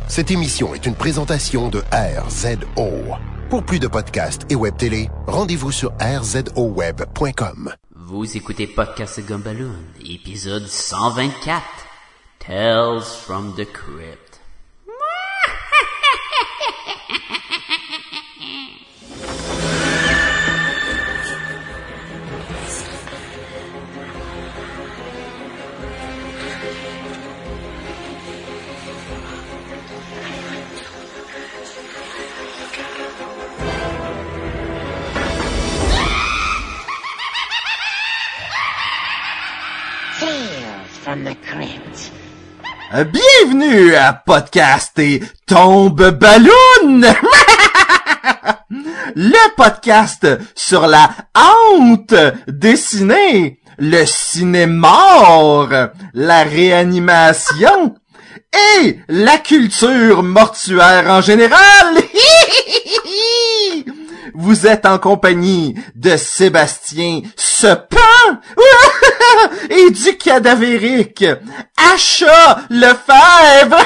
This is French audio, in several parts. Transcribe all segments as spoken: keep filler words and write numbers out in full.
Cette émission est une présentation de R Z O. Pour plus de podcasts et web télé, rendez-vous sur r z o web point com. Vous écoutez Podcast Gumballoon, épisode cent vingt-quatre, Tales from the Crypt. From the Crypt. Bienvenue à Podcast et Tombe Balloon! Le podcast sur la hante dessinée, le cinéma, la réanimation et la culture mortuaire en général. Vous êtes en compagnie de Sébastien Sepin et du cadavérique Acha Lefebvre.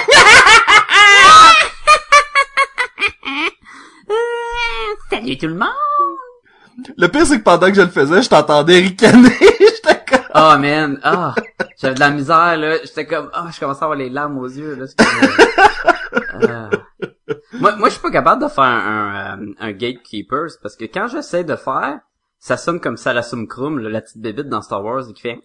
Salut tout le monde! Le pire, c'est que pendant que je le faisais, je t'entendais ricaner. J'étais comme... Oh man, ah, oh, j'avais de la misère là, j'étais comme, ah, oh, je commençais à avoir les larmes aux yeux là. Comme, euh... Moi, moi, je suis pas capable de faire un, un, un gatekeeper, parce que quand j'essaie de faire, ça sonne comme Salasum Krum, là, la petite bébite dans Star Wars, qui fait...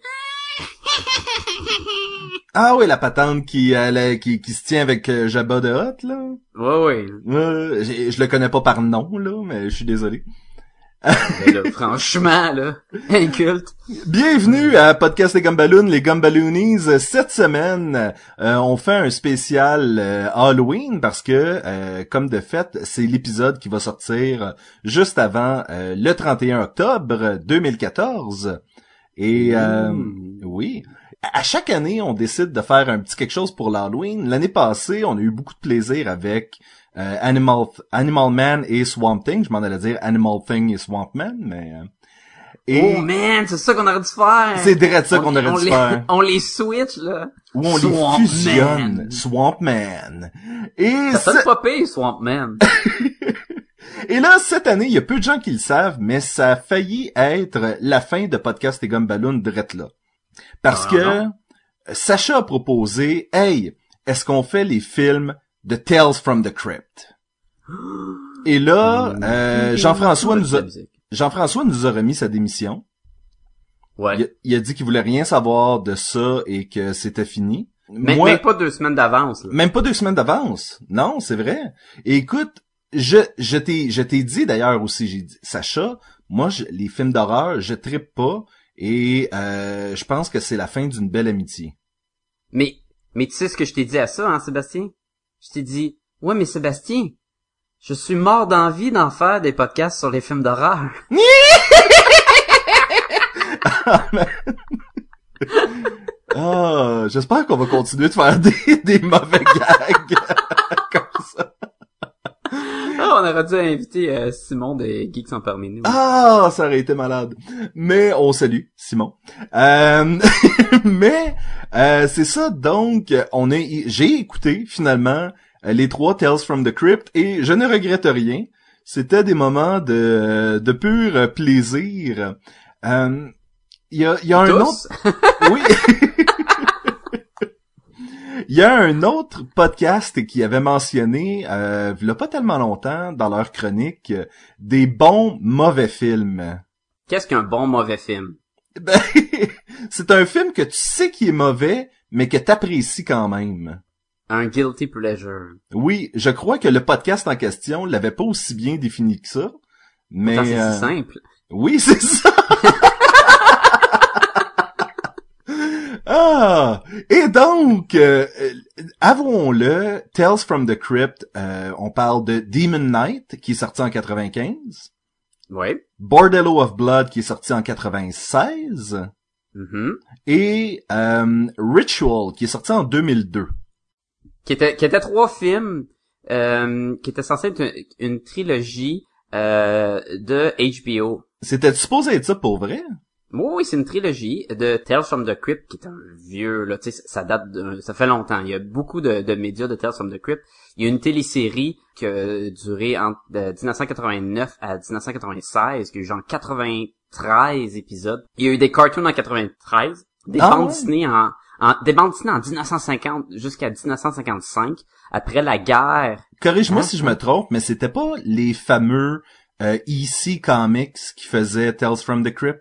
Ah oui, la patente qui, euh, la, qui, qui se tient avec euh, Jabba de Hutt, là. Ouais, ouais. Euh, je, je le connais pas par nom, là, mais je suis désolé. Mais là, franchement, là, inculte. Bienvenue à Podcast et Gumballoon, les Gumballoonies. Cette semaine, euh, on fait un spécial euh, Halloween parce que, euh, comme de fait, c'est l'épisode qui va sortir juste avant euh, le trente et un octobre deux mille quatorze. Et euh, mmh. oui, à chaque année, on décide de faire un petit quelque chose pour l'Halloween. L'année passée, on a eu beaucoup de plaisir avec Euh, Animal Animal Man et Swamp Thing. Je m'en allais dire Animal Thing et Swamp Man, mais... Euh, et oh man, c'est ça qu'on aurait dû faire! C'est direct ça on, qu'on aurait dû les, faire. On les switch, là. Ou on Swamp les fusionne. Man. Swamp Man. Et ça sonne pas pire, Swamp Man. Et là, cette année, il y a peu de gens qui le savent, mais ça a failli être la fin de Podcast et Gumballoon drette là. Parce ah, que non. Sacha a proposé, hey, est-ce qu'on fait les films de Tales from the Crypt? Et là, euh, Jean-François nous a, Jean-François nous a remis sa démission. Ouais. Il a, il a dit qu'il voulait rien savoir de ça et que c'était fini. Mais, Moi, même pas deux semaines d'avance. Là. Même pas deux semaines d'avance. Non, c'est vrai. Et écoute, je, je t'ai, je t'ai dit d'ailleurs aussi, j'ai dit, Sacha, moi, je, les films d'horreur, je trippe pas et euh, je pense que c'est la fin d'une belle amitié. Mais, mais tu sais ce que je t'ai dit à ça, hein, Sébastien? Je t'ai dit, ouais, mais Sébastien, je suis mort d'envie d'en faire des podcasts sur les films d'horreur. Ah, j'espère qu'on va continuer de faire des, des mauvais gags comme ça. Ah, on aurait dû inviter euh, Simon des Geeks en parmi nous. Ah, ça aurait été malade. Mais on salue Simon. Euh, mais euh, c'est ça. Donc, on est. J'ai écouté finalement les trois Tales from the Crypt et je ne regrette rien. C'était des moments de de pur plaisir. Il euh, y a, y a un autre. Oui. Il y a un autre podcast qui avait mentionné, euh, il y a pas tellement longtemps, dans leur chronique, euh, des bons mauvais films. Qu'est-ce qu'un bon mauvais film? Ben, c'est un film que tu sais qu'il est mauvais, mais que t'apprécies quand même. Un guilty pleasure. Oui, je crois que le podcast en question l'avait pas aussi bien défini que ça, mais... Pourtant, c'est euh... si simple. Oui, c'est ça! Ah! Et donc, euh, avouons-le, Tales from the Crypt, euh, on parle de Demon Knight, qui est sorti en quatre-vingt-quinze. Oui. Bordello of Blood, qui est sorti en quatre-vingt-seize. Mm-hmm. Et euh, Ritual, qui est sorti en deux mille deux. Qui était, qui était trois films, euh, qui étaient censés être une, une trilogie euh, de H B O. C'était supposé être ça pour vrai? Oui, oui, c'est une trilogie de Tales from the Crypt, qui est un vieux, là, tu sais, ça date de, ça fait longtemps. Il y a beaucoup de, de médias de Tales from the Crypt. Il y a une télésérie qui a duré entre de dix-neuf cent quatre-vingt-neuf à dix-neuf cent quatre-vingt-seize, qui a eu genre quatre-vingt-treize épisodes. Il y a eu des cartoons en quatre-vingt-treize, des ah, bandes ouais. dessinées en, en, des bandes dessinées en dix-neuf cent cinquante jusqu'à dix-neuf cent cinquante-cinq, après la guerre. Corrige-moi Hein? si je me trompe, mais c'était pas les fameux euh, E C Comics qui faisaient Tales from the Crypt?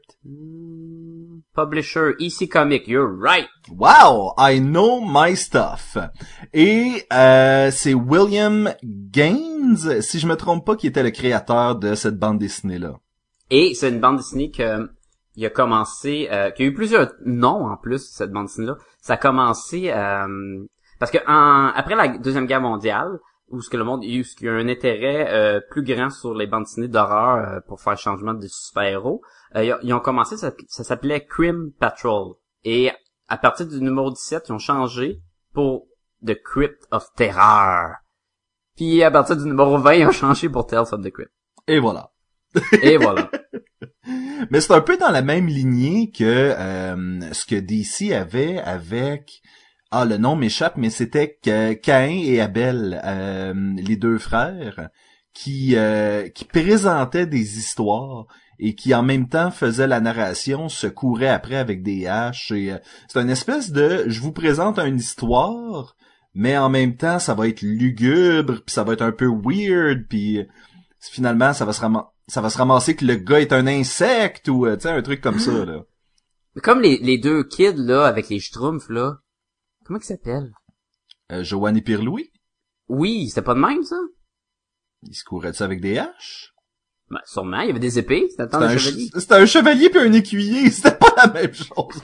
Hmm, Publisher, E C Comic, you're right. Wow, I know my stuff. Et euh, c'est William Gaines, si je me trompe pas, qui était le créateur de cette bande dessinée-là. Et c'est une bande dessinée que il a commencé, euh, qui a eu plusieurs noms en plus, cette bande dessinée-là. Ça a commencé euh, parce que en, après la Deuxième Guerre mondiale, où ce que le monde, où ce qu'il y a un intérêt euh, plus grand sur les bandes dessinées d'horreur euh, pour faire changement de super-héros, euh, ils ont commencé, ça, ça s'appelait Crim Patrol. Et à partir du numéro dix-sept, ils ont changé pour The Crypt of Terror. Puis à partir du numéro vingt, ils ont changé pour Tales of the Crypt. Et voilà. Et voilà. Mais c'est un peu dans la même lignée que euh, ce que D C avait avec... Ah, le nom m'échappe, mais c'était que Caïn et Abel, euh, les deux frères, qui euh, qui présentaient des histoires et qui en même temps faisaient la narration, se couraient après avec des haches. Et euh, c'est une espèce de... Je vous présente une histoire, mais en même temps, ça va être lugubre, puis ça va être un peu weird, puis finalement, ça va se ramasser... Ça va se ramasser que le gars est un insecte ou, tu sais, un truc comme ça, là. Comme les, les deux kids, là, avec les schtroumpfs, là. Comment ils s'appellent? Euh, Joanne et Pierre-Louis? Oui, c'était pas de même, ça? Ils se couraient ça avec des haches? Ben, sûrement, il y avait des épées, c'était le temps C'était d'un un, chevalier. ch- c'était un chevalier puis un écuyer, c'était pas la même chose.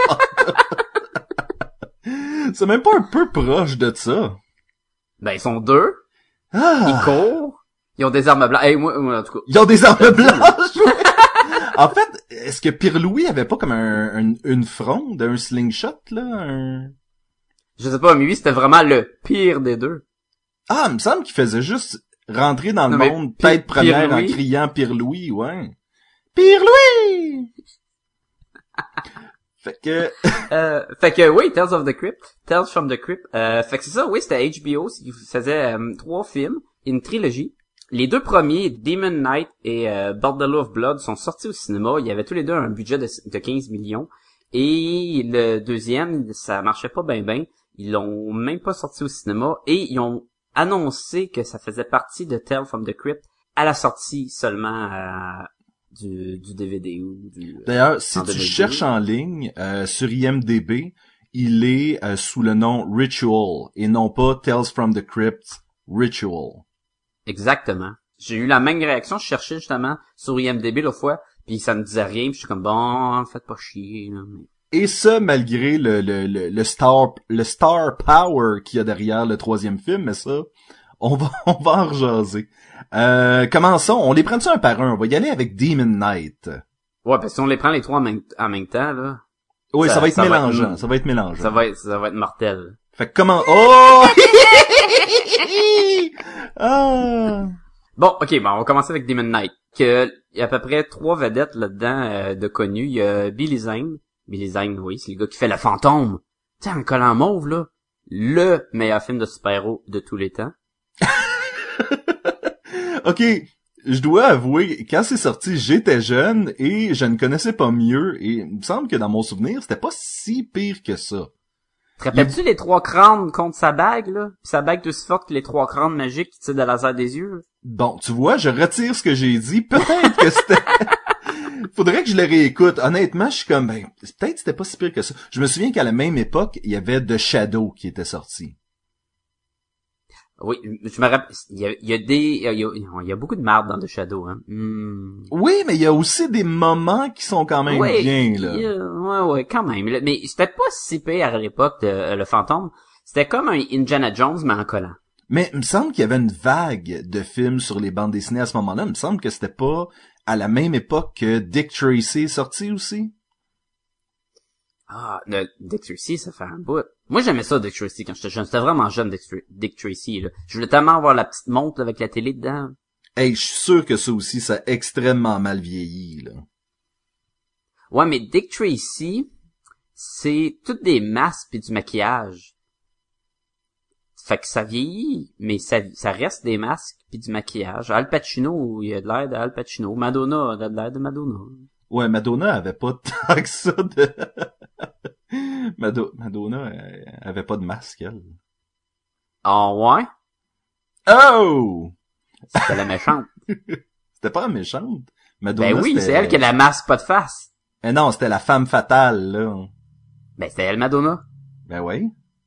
C'est même pas un peu proche de ça. Ben, ils sont deux, Ah! ils courent, ils ont des armes blanches. Hey, moi, moi, en tout cas. Ils ont des armes blanches! En fait, est-ce que Pierre-Louis avait pas comme un, un- une fronde, un slingshot, là? Un... Je sais pas, mais lui, c'était vraiment le pire des deux. Ah, il me semble qu'il faisait juste rentrer dans le Non, mais monde Pi- tête première en Pierre-Louis. criant Pierre-Louis, ouais. Pierre-Louis! Fait que... Euh, fait que oui, Tales of the Crypt, Tales from the Crypt. Euh, fait que c'est ça, oui, c'était H B O qui faisait euh, trois films, une trilogie. Les deux premiers, Demon Knight et euh, Bordello of Blood, sont sortis au cinéma. Il y avait tous les deux un budget de, de quinze millions. Et le deuxième, ça marchait pas bien bien. Ils l'ont même pas sorti au cinéma. Et ils ont annoncé que ça faisait partie de Tales from the Crypt à la sortie seulement euh, du, du D V D ou du... D'ailleurs, si en tu deux mille deux. cherches en ligne, euh, sur I M D B, il est euh, sous le nom Ritual et non pas Tales from the Crypt Ritual. Exactement. J'ai eu la même réaction, je cherchais justement sur I M D B l'autre fois, puis ça ne disait rien, puis je suis comme bon, faites pas chier. Là, mais... Et ça, malgré le, le, le, le star le star power qu'il y a derrière le troisième film, mais ça, on va on va en rejaser. Euh, commençons, on les prend-tu un par un? On va y aller avec Demon Knight. Ouais, parce que si on les prend les trois en même, en même temps, là, Oui, ça, Ça- va être ça va mélangeant, être- ça va être mélangeant. ça va être, ça va être mortel. Fait que comment... Oh! Ah! Bon, ok, bon, on va commencer avec Demon Knight. Que, il y a à peu près trois vedettes là-dedans euh, de connus. Il y a Billy Zane. Billy Zane, oui, c'est le gars qui fait le fantôme. Tu sais, un collant mauve, là. Le meilleur film de super-héros de tous les temps. Ok, je dois avouer, quand c'est sorti, j'étais jeune et je ne connaissais pas mieux. Et il me semble que dans mon souvenir, c'était pas si pire que ça. Te rappelles-tu les trois crânes contre sa bague, là? Pis sa bague aussi forte que les trois crânes magiques qui tirent de laser des yeux, là? Bon, tu vois, je retire ce que j'ai dit. Peut-être que c'était... Faudrait que je le réécoute. Honnêtement, je suis comme, ben, peut-être que c'était pas si pire que ça. Je me souviens qu'à la même époque, il y avait The Shadow qui était sorti. Oui, je me rappelle, il y a, il y a des, il y a, il y a beaucoup de marde dans The Shadow, hein. Hmm. Oui, mais il y a aussi des moments qui sont quand même Ouais, bien, là. il y a- ouais, ouais, quand même. Le- Mais c'était pas si pire à l'époque de euh, Le Fantôme. C'était comme un Indiana Jones, mais en collant. Mais il me semble qu'il y avait une vague de films sur les bandes dessinées à ce moment-là. Il me semble que c'était pas à la même époque que Dick Tracy est sorti aussi. Ah, le Dick Tracy, ça fait un bout. Moi, j'aimais ça, Dick Tracy, quand j'étais jeune. C'était vraiment jeune, Dick, Tra- Dick Tracy, là. Je voulais tellement avoir la petite montre là, avec la télé dedans. Hey, je suis sûr que ça aussi, ça a extrêmement mal vieilli, là. Ouais, mais Dick Tracy, c'est toutes des masques pis du maquillage. Fait que ça vieillit, mais ça, ça reste des masques pis du maquillage. Al Pacino, il a de l'air d'Al Pacino. Madonna a de l'air de Madonna. Ouais, Madonna avait pas tant que ça de... Mado- Madonna elle avait pas de masque, elle. Ah ouais? Oh! C'était la méchante. C'était pas la méchante. Madonna, Ben oui, c'était... c'est elle qui a la masque pas de face. Mais non, c'était la femme fatale, là. Ben c'était elle, Madonna. Ben oui.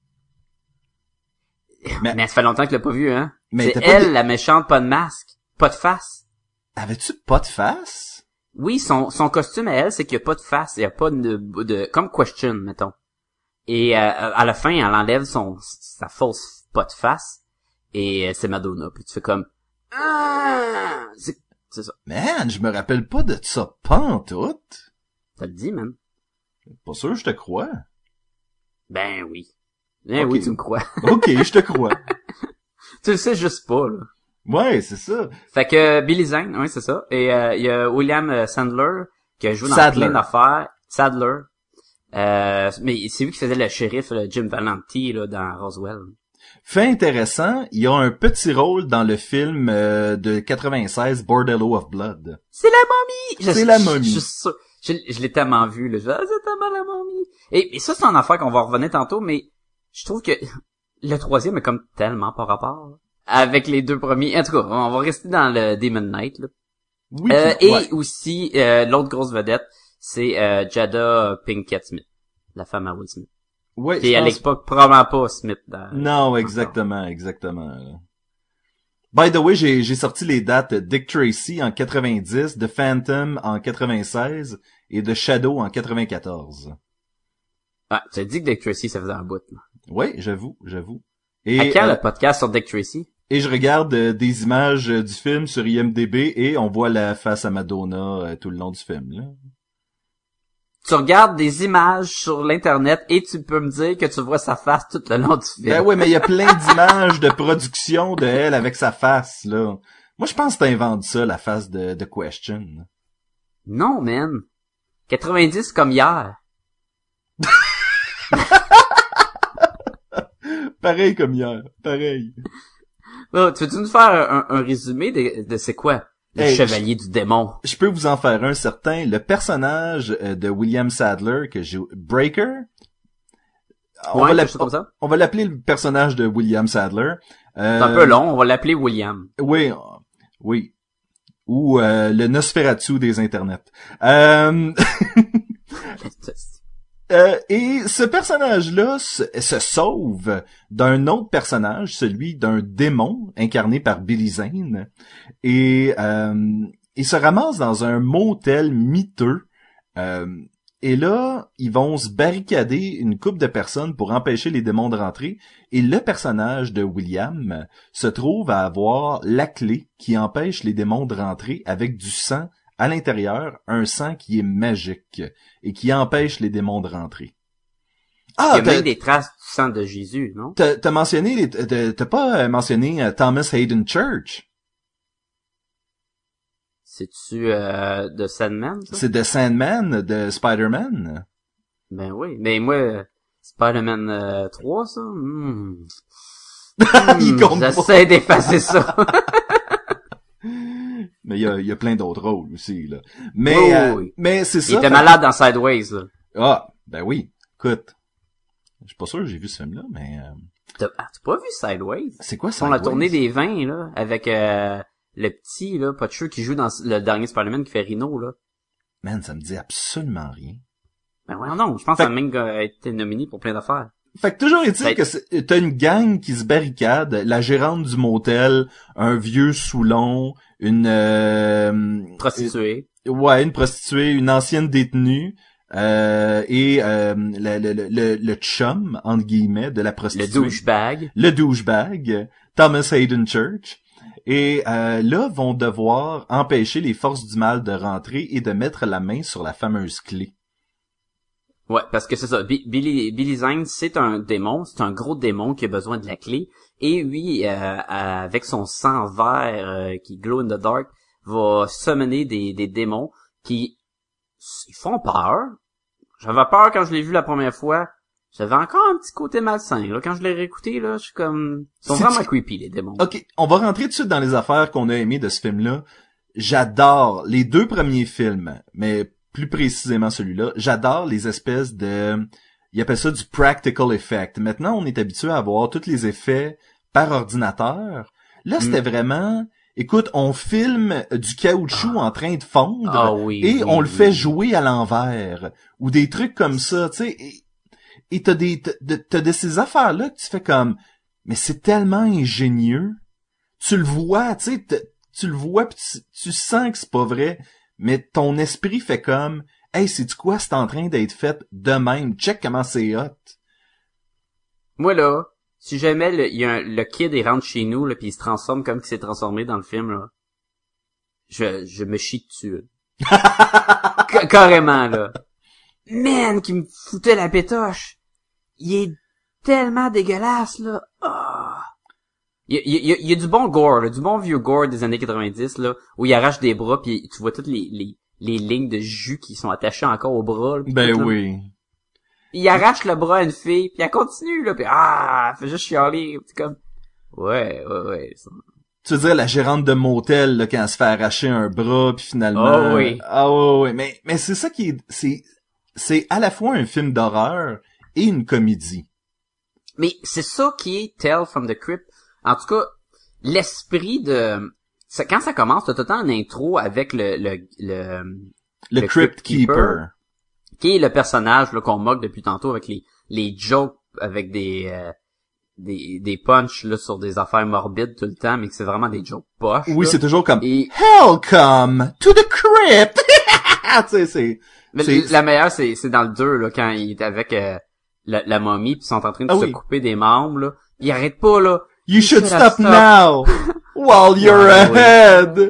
Mais, mais ça fait longtemps que je l'ai pas vu, hein. Mais c'est t'as pas elle, de- la méchante, pas de masque. Pas de face. Avais-tu pas de face? Oui, son, son costume à elle, c'est qu'il y a pas de face. Il y a pas de, de, comme Question, mettons. Et, euh, à la fin, elle enlève son, sa fausse pas de face. Et euh, c'est Madonna. Puis tu fais comme, ah, c'est, c'est ça. Man, je me rappelle pas de ça pantoute. Ça le dit, man. Pas sûr, je te crois. Ben oui. Ben Ok. oui, tu me crois. Ok, je te crois. Tu le sais juste pas, là. Ouais, c'est ça. Fait que Billy Zane, oui, c'est ça. Et euh, il y a William euh, Sandler qui a joué dans Sadler. plein d'affaires. Sadler. Euh, mais c'est lui qui faisait le shérif, le Jim Valenti, là, dans Roswell. Fait intéressant, il y a un petit rôle dans le film euh, de quatre-vingt-seize, Bordello of Blood. C'est la momie! Je- C'est la je- momie. Je, je, je, je l'ai tellement vu, là. Je, ah, c'est tellement la momie. Et, et ça, c'est une affaire qu'on va revenir tantôt, mais je trouve que le troisième est comme tellement par rapport là, avec les deux premiers. En tout cas, on va rester dans le Demon Knight, là. Oui, Euh, puis- et ouais. aussi, euh, l'autre grosse vedette, c'est euh, Jada Pinkett Smith, la femme à Will Smith. Ouais, Puis je à pense- l'époque, probablement pas Smith. Dans... Non, exactement, exactement. By the way, j'ai, j'ai sorti les dates Dick Tracy en quatre-vingt-dix, The Phantom en quatre-vingt-seize et The Shadow en quatre-vingt-quatorze. Ah, tu as dit que Dick Tracy, ça faisait un bout. Là. Oui, j'avoue, j'avoue. À Et, quand euh, le podcast sur Dick Tracy? et je regarde euh, des images euh, du film sur I M D B et on voit la face à Madonna euh, tout le long du film, là. Tu regardes des images sur l'internet et tu peux me dire que tu vois sa face tout le long du film. Ben ouais, mais il y a plein d'images de production de elle avec sa face, là. Moi, je pense que t'inventes ça, la face de, de Question. Non, man. quatre-vingt-dix comme hier. Pareil comme hier, pareil. Oh, tu veux-tu nous faire un, un résumé de, de c'est quoi? Le Hey, chevalier du démon. Je peux vous en faire un certain. Le personnage euh, de William Sadler que j'ai... Breaker? On Ouais, va quelque chose comme ça. on va l'appeler le personnage de William Sadler. Euh, C'est un peu long, on va l'appeler William. Oui, euh, oui. Ou euh, le Nosferatu des internets. Euh... Euh, et ce personnage-là se, se sauve d'un autre personnage, celui d'un démon incarné par Billy Zane, et euh, il se ramasse dans un motel miteux. Euh, et là, ils vont se barricader une couple de personnes pour empêcher les démons de rentrer. Et le personnage de William se trouve à avoir la clé qui empêche les démons de rentrer avec du sang à l'intérieur, un sang qui est magique et qui empêche les démons de rentrer. Ah, Il y a t'as, même des traces du sang de Jésus, non? t'as, t'as mentionné, les- t'as, t'as pas euh, mentionné euh, Thomas Hayden Church. C'est-tu euh, de Sandman, ça? C'est The Sandman de Spider-Man. Ben oui. Mais moi, euh, Spider-Man euh, trois, ça? Hmm. Il Hmm, compte pas. J'essaie d'effacer ça. Mais il y a, il y a plein d'autres rôles aussi, là. Mais, Oui, oui, euh, oui. mais c'est ça. Il était fait- malade dans Sideways, là. Ah, ben oui. Écoute. Je suis pas sûr que j'ai vu ce film-là, mais, euh, T'as ah, t'as pas vu Sideways? c'est quoi Ils ça? font la tournée des vins, là, avec euh, le petit, là, Butcher, qui joue dans le dernier Spider-Man qui fait Rhino, là. Man, ça me dit absolument rien. Ben ouais, non, je pense Fait- que Ming a été nominé pour plein d'affaires. Fait que toujours est-il Ben- que c'est- t'as une gang qui se barricade, la gérante du motel, un vieux Soulon, une euh, Prostituée. euh, ouais, une prostituée, une ancienne détenue, euh, et euh, le, le, le, le chum entre guillemets de la Le prostituée, douchebag. le douchebag, Thomas Hayden Church. Et euh, là, vont devoir empêcher les forces du mal de rentrer et de mettre la main sur la fameuse clé. Ouais, parce que c'est ça. Bi- Billy, Billy Zane, c'est un démon, c'est un gros démon qui a besoin de la clé. Et lui, euh, avec son sang vert euh, qui glow in the dark, va summoner des, des démons qui ils font peur. J'avais peur quand je l'ai vu la première fois. J'avais encore un petit côté malsain. Là, quand je l'ai réécouté, là, je suis comme... Ils sont Si vraiment tu... creepy, les démons. OK, on va rentrer tout de suite dans les affaires qu'on a aimées de ce film-là. J'adore les deux premiers films, mais plus précisément celui-là. J'adore les espèces de... Ils appellent ça du practical effect. Maintenant, on est habitué à voir tous les effets par ordinateur. Là, c'était mm. vraiment... Écoute, on filme du caoutchouc en train de fondre ah, oui, et oui, on le oui. fait jouer à l'envers. Ou des trucs comme ça, tu sais. Et, et t'as des, t'as, t'as de ces affaires-là que tu fais comme, mais c'est tellement ingénieux. Tu le vois, tu sais, tu le vois pis tu, tu sens que c'est pas vrai, mais ton esprit fait comme, hey, c'est-tu quoi, c'est en train d'être fait de même. Check comment c'est hot. Moi, là, si jamais le, il y a un, le kid, il rentre chez nous, là, pis il se transforme comme qu'il s'est transformé dans le film, là, je, je me chie dessus. C- carrément, là. Man, qui me foutait la pétoche. Il est tellement dégueulasse, là. Oh. Il, il, il, il y a du bon gore, là, du bon vieux gore des années quatre-vingt-dix, là, où il arrache des bras, pis tu vois toutes les, les, les lignes de jus qui sont attachées encore au bras. Là, ben tout, oui. Là. Il arrache le bras à une fille, puis elle continue, là, puis ah, elle fait juste chialer, c'est comme, ouais, ouais, ouais. Ça... Tu veux dire la gérante de motel, là, quand elle se fait arracher un bras, puis finalement... Oh oui. Ah ouais, ouais, mais, mais c'est ça qui est... C'est, c'est à la fois un film d'horreur et une comédie. Mais c'est ça qui est Tale from the Crypt. En tout cas, l'esprit de... Ça, quand ça commence, t'as tout le temps une intro avec le... Le, le, le, le Crypt, Crypt Keeper. Keeper. Qui est le personnage là qu'on moque depuis tantôt avec les les jokes avec des euh, des des punchs là sur des affaires morbides tout le temps, mais que c'est vraiment des jokes poches. Oui, là. c'est toujours comme et... Welcome to the crypt. Tu sais, c'est, mais c'est la meilleure c'est c'est dans le deux là quand il est avec euh, la, la momie puis ils sont en train de ah, se oui. couper des membres là. Il arrête pas là. You should stop, stop stop now while you're ouais, ahead.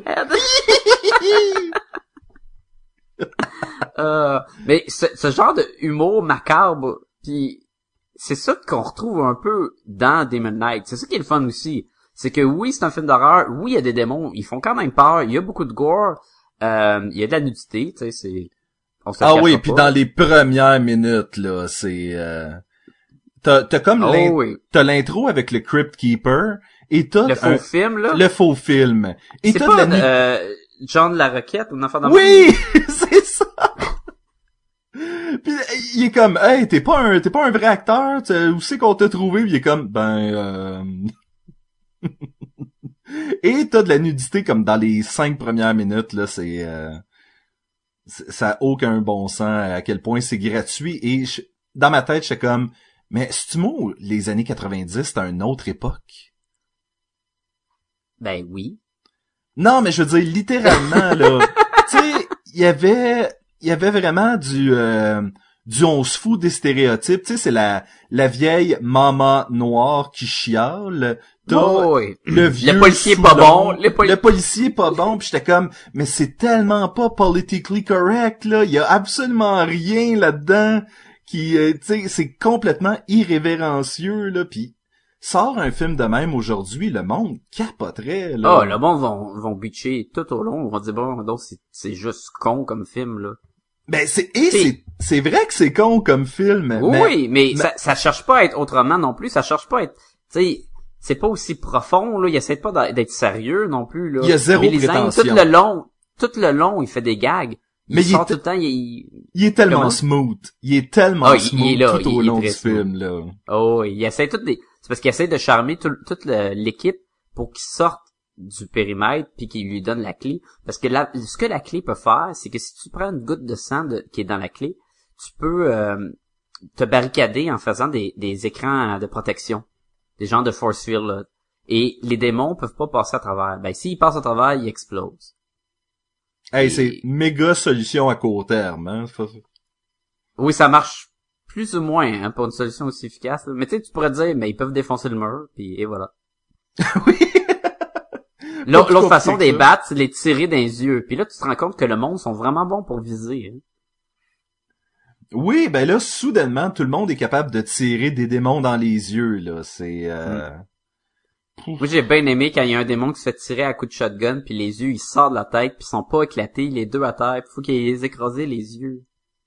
euh, mais ce, ce genre de humour macabre, puis c'est ça qu'on retrouve un peu dans Demon Knight. C'est ça qui est le fun aussi. C'est que oui, c'est un film d'horreur. Oui, il y a des démons. Ils font quand même peur. Il y a beaucoup de gore. Euh, il y a de la nudité. Tu sais, c'est... On se ah oui, puis dans les premières minutes, là, c'est... Euh... T'as, t'as comme oh, l'in... oui. T'as l'intro avec le Crypt Keeper et t'as... Le faux un... film, là. Le faux film. Et c'est t'as pas de la... euh, John Larroquette ou une affaire dans oui! C'est ça! Puis il est comme, hey, t'es pas un, t'es pas un vrai acteur, où c'est qu'on t'a trouvé? Puis il est comme, ben, euh... Et t'as de la nudité comme dans les cinq premières minutes, là, c'est, euh... c'est ça a aucun bon sens à quel point c'est gratuit. Et je... dans ma tête, j'étais comme, mais c'est-tu moi, les années quatre-vingt-dix, c'était une autre époque? Ben oui. Non, mais je veux dire, littéralement, là, tu sais, il y avait... il y avait vraiment du euh, du on se fout des stéréotypes, tu sais, c'est la la vieille maman noire qui chiale, t'as oh, oui. le vieux le policier pas bon, le, poli... le policier pas bon, puis j'étais comme mais c'est tellement pas politically correct là, il y a absolument rien là-dedans qui euh, tu sais, c'est complètement irrévérencieux là, puis sort un film de même aujourd'hui, le monde capoterait là. Ah, oh, le monde vont vont bitcher tout au long, on va dire bon, donc c'est c'est juste con comme film là. Ben c'est et c'est c'est vrai que c'est con comme film. Oui, mais, mais, mais... ça ça cherche pas à être autrement non plus, ça cherche pas à être tu sais, c'est pas aussi profond là, il essaie pas d'être sérieux non plus là. Il y a zéro prétention. Tout le long, tout le long, il fait des gags. Il mais sort il est tout le temps, il, il est tellement Comment? smooth. Il est tellement oh, smooth il est là, tout au il long du smooth. film là. Oh, il essaie toutes des c'est parce qu'il essaie de charmer tout, toute le, l'équipe pour qu'il sorte du périmètre puis qu'il lui donne la clé. Parce que la, ce que la clé peut faire, c'est que si tu prends une goutte de sang de, qui est dans la clé, tu peux euh, te barricader en faisant des, des écrans de protection. Des genres de force field, là. Et les démons peuvent pas passer à travers. Ben, s'ils passent à travers, ils explosent. Hey, Et... c'est méga solution à court terme, hein. Oui, ça marche plus ou moins, hein, pour une solution aussi efficace. Là. Mais tu sais, tu pourrais te dire, mais ils peuvent défoncer le mur, puis et voilà. Oui. L'autre, l'autre façon des battre, c'est de les tirer dans les yeux. Puis là, tu te rends compte que le monde sont vraiment bons pour viser. Hein. Oui, ben là, soudainement, tout le monde est capable de tirer des démons dans les yeux, là. C'est... Euh... Mm. Moi, j'ai bien aimé quand il y a un démon qui se fait tirer à coups de shotgun, puis les yeux, ils sortent de la tête, puis ils sont pas éclatés, les deux à terre, pis faut qu'il les écrase les yeux.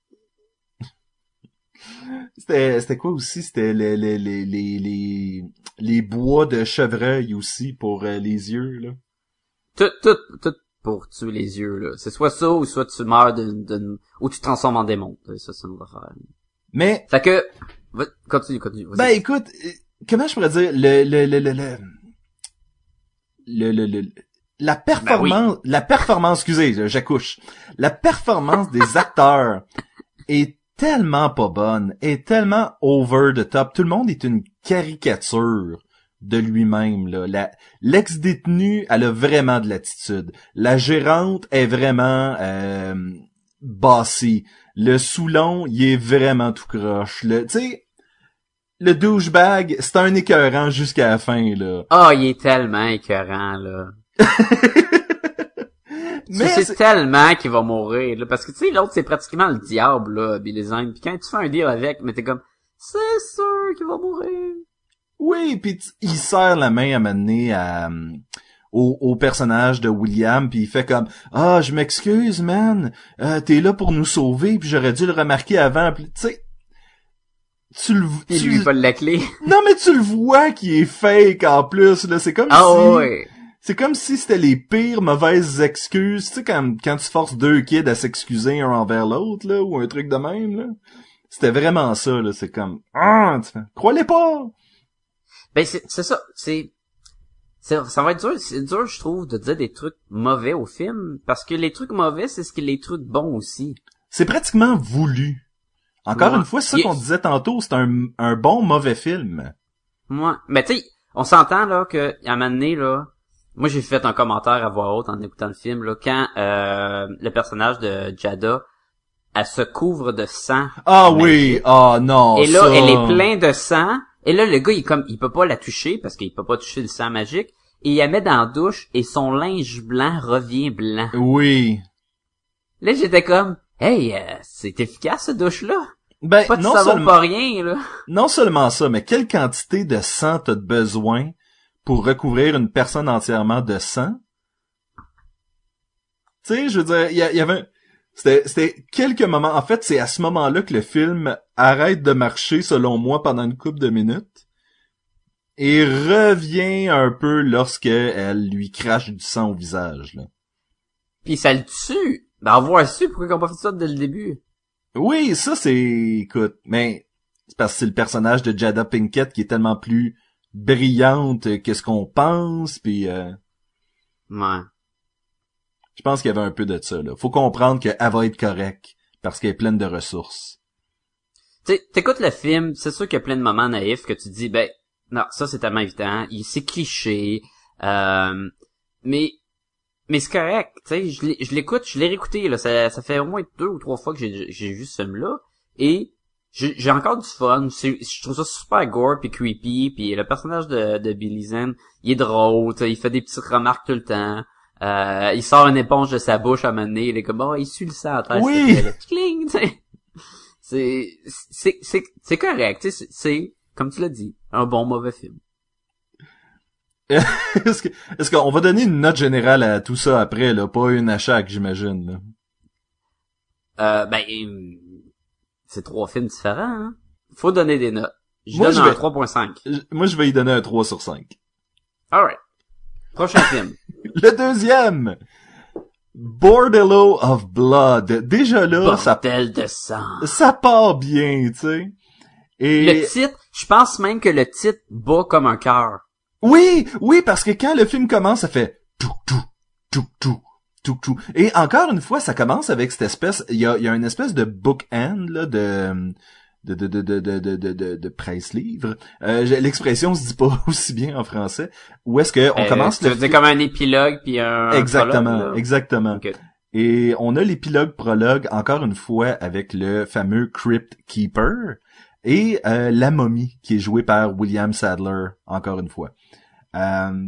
C'était, c'était quoi aussi? C'était les, les, les, les, les, les bois de chevreuil aussi pour euh, les yeux, là. Tout, tout, tout pour tuer les yeux, là. C'est soit ça, ou soit tu meurs d'une, d'une, ou tu te transformes en démon. Ça, c'est une autre affaire. Mais... Fait que, va, continue, continue. Vas-y. Ben, écoute, comment je pourrais dire, le, le, le, le, le, le, le, le la performance, ben oui. la performance, excusez, j'accouche. La performance des acteurs est tellement pas bonne, est tellement over the top. Tout le monde est une caricature de lui-même, là. La, l'ex-détenu, elle a vraiment de l'attitude. La gérante est vraiment, euh, bassée. Le Soulon, il est vraiment tout croche. Le, tu sais, le douchebag, c'est un écœurant jusqu'à la fin, là. Ah, oh, il est tellement écœurant, là. Mais c'est, c'est tellement qu'il va mourir, là, parce que tu sais, l'autre c'est pratiquement le diable, là, Billy Zane. Puis quand tu fais un deal avec, mais t'es comme, c'est sûr qu'il va mourir. Oui, puis il serre la main à m'amener à au, au personnage de William, puis il fait comme, ah, je m'excuse, man, euh, t'es là pour nous sauver, puis j'aurais dû le remarquer avant, puis tu sais, tu le, il tu lui vole la clé. Non, mais tu le vois qui est fake en plus, là, c'est comme ah, si. Ouais. C'est comme si c'était les pires mauvaises excuses. Tu sais, quand, quand tu forces deux kids à s'excuser un envers l'autre, là, ou un truc de même, là. C'était vraiment ça, là. C'est comme, ah, tu fais, crois-les pas! Ben, c'est, c'est ça. C'est, c'est, ça va être dur. C'est dur, je trouve, de dire des trucs mauvais au film. Parce que les trucs mauvais, c'est ce que les trucs bons aussi. C'est pratiquement voulu. Encore ouais. une fois, c'est ça Il... qu'on disait tantôt. C'est un, un bon mauvais film. Ouais. Mais tu sais, on s'entend, là, que, à un moment donné, là, moi, j'ai fait un commentaire à voix haute en écoutant le film, là, quand euh, le personnage de Jada, elle se couvre de sang. Ah oui, ah oh, non. Et là, ça... elle est pleine de sang. Et là, le gars, il comme, il peut pas la toucher parce qu'il peut pas toucher le sang magique. Et il la met dans la douche et son linge blanc revient blanc. Oui. Là, j'étais comme, hey, euh, c'est efficace ce douche-là. Ben pas de non savon, seulement pas rien là. Non seulement ça, mais quelle quantité de sang t'as besoin pour recouvrir une personne entièrement de sang? Tu sais, je veux dire, il y, y avait... Un... C'était, c'était quelques moments... En fait, c'est à ce moment-là que le film arrête de marcher, selon moi, pendant une couple de minutes. Et revient un peu lorsque elle lui crache du sang au visage, là. Puis ça le tue. D'en voir su, pourquoi ils ont pas fait ça dès le début? Oui, ça c'est... Écoute, mais... C'est parce que c'est le personnage de Jada Pinkett qui est tellement plus... brillante que ce qu'on pense, puis euh, ouais. Je pense qu'il y avait un peu de ça, là. Faut comprendre qu'elle va être correcte, parce qu'elle est pleine de ressources. Tu sais, t'écoutes le film, c'est sûr qu'il y a plein de moments naïfs que tu dis, ben, non, ça c'est tellement évident, il, c'est cliché, euh, mais, mais c'est correct, tu sais, je, je l'écoute, je l'ai réécouté, là, ça, ça fait au moins deux ou trois fois que j'ai, j'ai vu ce film-là, et J'ai, j'ai encore du fun. C'est, je trouve ça super gore puis creepy. Puis le personnage de, de Billy Zane, il est drôle. Il fait des petites remarques tout le temps. Euh, il sort une éponge de sa bouche à un moment donné. Il est comme, oh, il suit le sang à terre. Oui. C'est, cling, c'est, c'est, c'est, c'est correct. C'est, c'est, comme tu l'as dit, un bon mauvais film. est-ce que, est-ce qu'on va donner une note générale à tout ça après, là? Pas une à chaque, j'imagine, là. Euh, ben, c'est trois films différents, hein. Faut donner des notes. Je moi, donne je un vais... trois point cinq. Moi, je vais y donner un trois sur cinq. Alright. Prochain film. Le deuxième. Bordello of Blood. Déjà là, ça... Bordel de sang. Ça part bien, tu sais. Et... Le titre, je pense même que le titre bat comme un cœur. Oui, oui, parce que quand le film commence, ça fait tout, tout, tout, tout. Tout, tout. Et encore une fois, ça commence avec cette espèce, il y a, il y a une espèce de bookend, là, de, de, de, de, de, de, de, de, de presse-livre. Euh, l'expression se dit pas aussi bien en français. Où est-ce que on euh, commence tu le... veux dire comme un épilogue puis un Exactement, prologue, exactement. Okay. Et on a l'épilogue prologue, encore une fois, avec le fameux Crypt Keeper et euh, la momie, qui est jouée par William Sadler, encore une fois. Euh,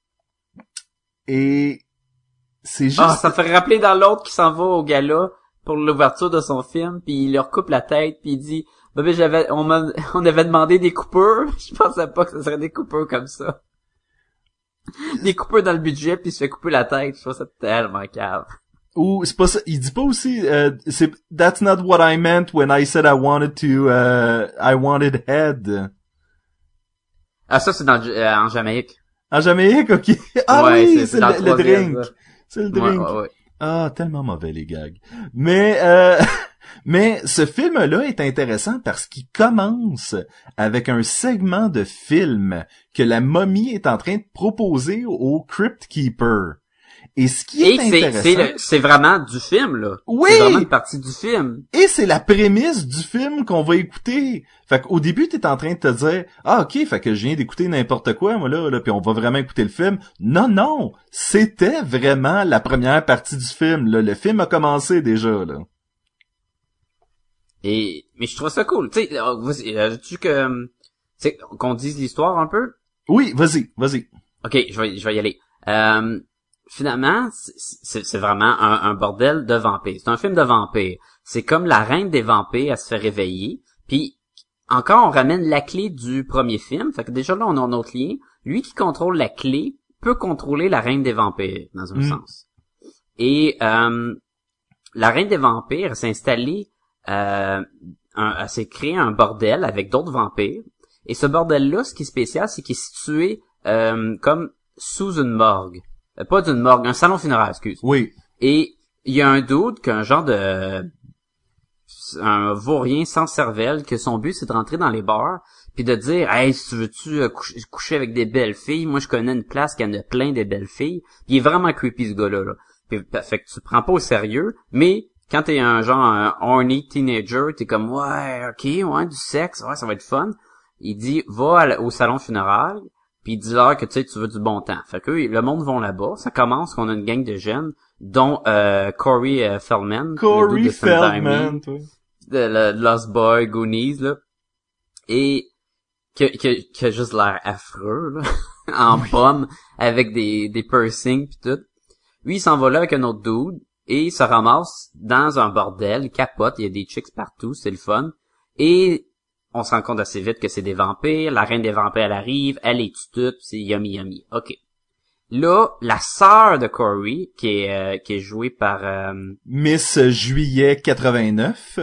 et c'est juste... Ah, ça fait rappeler dans l'autre qui s'en va au gala pour l'ouverture de son film, puis il leur coupe la tête, puis il dit « Bébé, j'avais, on m'a, on avait demandé des coupures. Je pensais pas que ce serait des coupures comme ça. » des coupeurs dans le budget puis il se fait couper la tête. Je trouve ça tellement cave. Ou c'est pas ça, il dit pas aussi euh, c'est that's not what I meant when I said I wanted to uh, I wanted head. Ah ça c'est dans euh, en Jamaïque. En Jamaïque, OK. Ah ouais, oui, c'est, c'est, c'est le, le le drink. ça. C'est le drink. Ouais, ouais, ouais. Ah, tellement mauvais les gags. Mais euh mais ce film-là est intéressant parce qu'il commence avec un segment de film que la momie est en train de proposer au Crypt Keeper. Et ce qui est Et intéressant... c'est, c'est, le, c'est vraiment du film, là. Oui! C'est vraiment une partie du film. Et c'est la prémisse du film qu'on va écouter. Fait qu'au début, t'es en train de te dire, ah, ok, fait que je viens d'écouter n'importe quoi, moi, là, là, puis on va vraiment écouter le film. Non, non! C'était vraiment la première partie du film, là. Le film a commencé déjà, là. Et, mais je trouve ça cool. Tu sais, euh, tu que, tu sais, qu'on dise l'histoire un peu? Oui, vas-y, vas-y. Ok, je vais, je vais y aller. Euh, finalement, c'est, c'est vraiment un, un bordel de vampires. C'est un film de vampires. C'est comme la reine des vampires, elle se fait réveiller. Puis, encore, on ramène la clé du premier film. Fait que déjà là, on a un autre lien. Lui qui contrôle la clé peut contrôler la reine des vampires, dans un Mm. sens. Et euh, la reine des vampires s'est installée, euh, un, elle s'est créé un bordel avec d'autres vampires. Et ce bordel-là, ce qui est spécial, c'est qu'il est situé euh, comme sous une morgue. Euh, pas d'une morgue, un salon funéraire, excuse. Oui. Et il y a un dude qui a un genre de... un vaurien sans cervelle, que son but, c'est de rentrer dans les bars puis de dire « Hey, si tu veux-tu coucher, coucher avec des belles filles? Moi, je connais une place qui en a plein des belles filles. » Puis il est vraiment creepy, ce gars-là. Là. Puis, fait que tu prends pas au sérieux, mais... Quand t'es un genre un horny teenager, t'es comme ouais, ok, ouais, du sexe, ouais, ça va être fun. Il dit va à, au salon funéraire, puis dis-leur que tu sais tu veux du bon temps. Fait que le monde vont là-bas. Ça commence qu'on a une gang de jeunes, dont euh, Corey euh, Feldman, Corey de Feldman, toi. de, de Lost Boy, Goonies là, et qui que, que a juste l'air affreux là, en pomme avec des des piercings puis tout. Lui il s'en va là avec un autre dude. Et il se ramasse dans un bordel, il capote, il y a des chicks partout, c'est le fun. Et on se rend compte assez vite que c'est des vampires, la reine des vampires elle arrive, elle est toute, c'est yummy yummy. Ok. Là, la sœur de Corey, qui est euh, qui est jouée par... Euh, Miss Juillet quatre-vingt-neuf.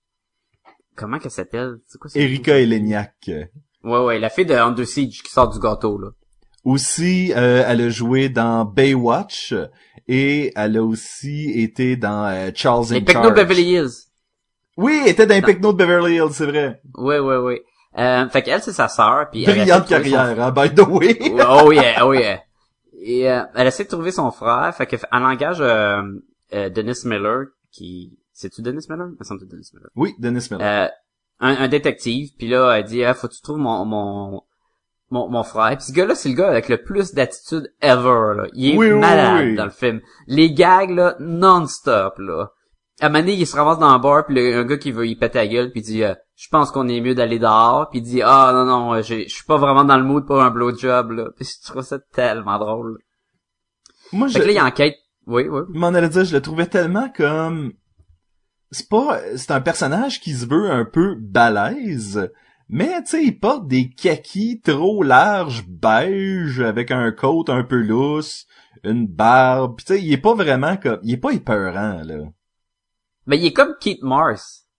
Comment qu'elle s'appelle? C'est quoi ça? Erika Eleniak. Ouais, ouais, la fille de Under Siege qui sort du gâteau, là. Aussi, euh, elle a joué dans Baywatch et elle a aussi été dans euh, Charles in Les Pecno Charge. Beverly Hills. Oui, elle était dans les Pecno de Beverly Hills, c'est vrai. Ouais, ouais, ouais. Euh, fait qu'elle, c'est sa sœur. Puis elle Brillante essaie de trouver son- carrière, hein, by the way. Oh yeah, oh yeah. Et euh, elle essaie de trouver son frère, fait qu'elle engage euh, euh, Dennis Miller, qui... C'est-tu Dennis Miller? Il me semble que c'est Dennis Miller. Oui, Dennis Miller. Euh, un, un détective, puis là, elle dit ah, « Faut que tu trouves mon, mon, mon, mon frère. » Puis ce gars-là, c'est le gars avec le plus d'attitude ever, là. Il est Oui, oui, malade oui. dans le film. Les gags, là, non-stop, là. À un moment donné, il se ramasse dans un bar, puis le, un gars qui veut y péter la gueule, puis il dit euh, je pense qu'on est mieux d'aller dehors. » Puis il dit « Ah, non, non, je suis pas vraiment dans le mood pour un blowjob, là. » Puis je trouve ça tellement drôle. Moi, Fait je que là, il enquête. Oui, oui. je m'en allais dire, je le trouvais tellement comme... C'est pas... C'est un personnage qui se veut un peu balèze, mais, tu sais, il porte des kakis trop larges, beige, avec un coat un peu lousse, une barbe, pis tu sais, il est pas vraiment comme... Il est pas épeurant, là. Mais il est comme Keith Mars.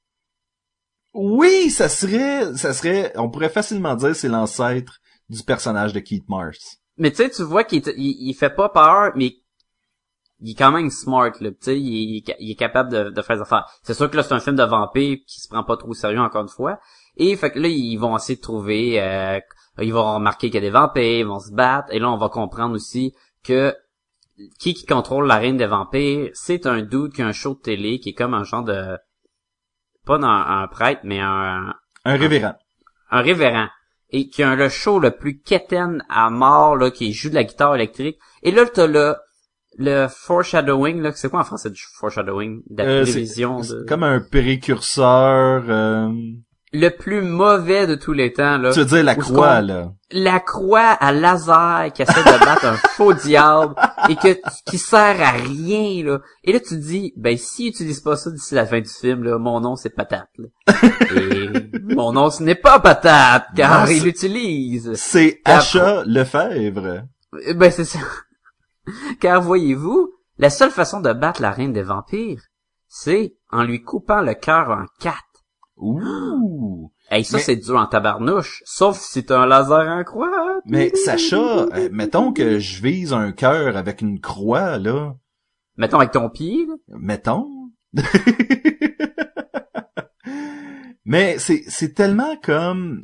Oui, ça serait... Ça serait... On pourrait facilement dire c'est l'ancêtre du personnage de Keith Mars. Mais tu sais, tu vois qu'il est- il, il fait pas peur, mais il est quand même smart, là. Tu sais, il, est- il est capable de, de faire des affaires. C'est sûr que là, c'est un film de vampire qui se prend pas trop au sérieux, encore une fois. Et fait que là, ils vont essayer de trouver... Euh, ils vont remarquer qu'il y a des vampires, ils vont se battre. Et là, on va comprendre aussi que qui qui contrôle la reine des vampires, c'est un dude qui a un show de télé, qui est comme un genre de... Pas un, un prêtre, mais un... Un révérend. un révérend, et qui a le show le plus quétaine à mort, là, qui joue de la guitare électrique. Et là, t'as le, le foreshadowing, là, c'est quoi en français du foreshadowing? De la Euh, prévision c'est, de... c'est comme un précurseur... euh, Le plus mauvais de tous les temps, là. Tu veux dire la Où ce croix, qu'on- là. La croix à laser qui essaie de battre un faux diable et que qui sert à rien, là. Et là, tu te dis, ben, s'il utilise pas ça d'ici la fin du film, là, mon nom, c'est Patate, là. Et mon nom, ce n'est pas Patate, car Non, il c'est- l'utilise. C'est Car- Achat Lefebvre. Ben, c'est ça. Car voyez-vous, la seule façon de battre la reine des vampires, c'est en lui coupant le cœur en quatre. Ouh! Hey, ça, Mais- c'est dur en tabarnouche. Sauf si t'as un laser en croix. Mais Sacha, euh, mettons que je vise un cœur avec une croix, là. Mettons avec ton pied, là. Mettons. Mais c'est c'est tellement comme...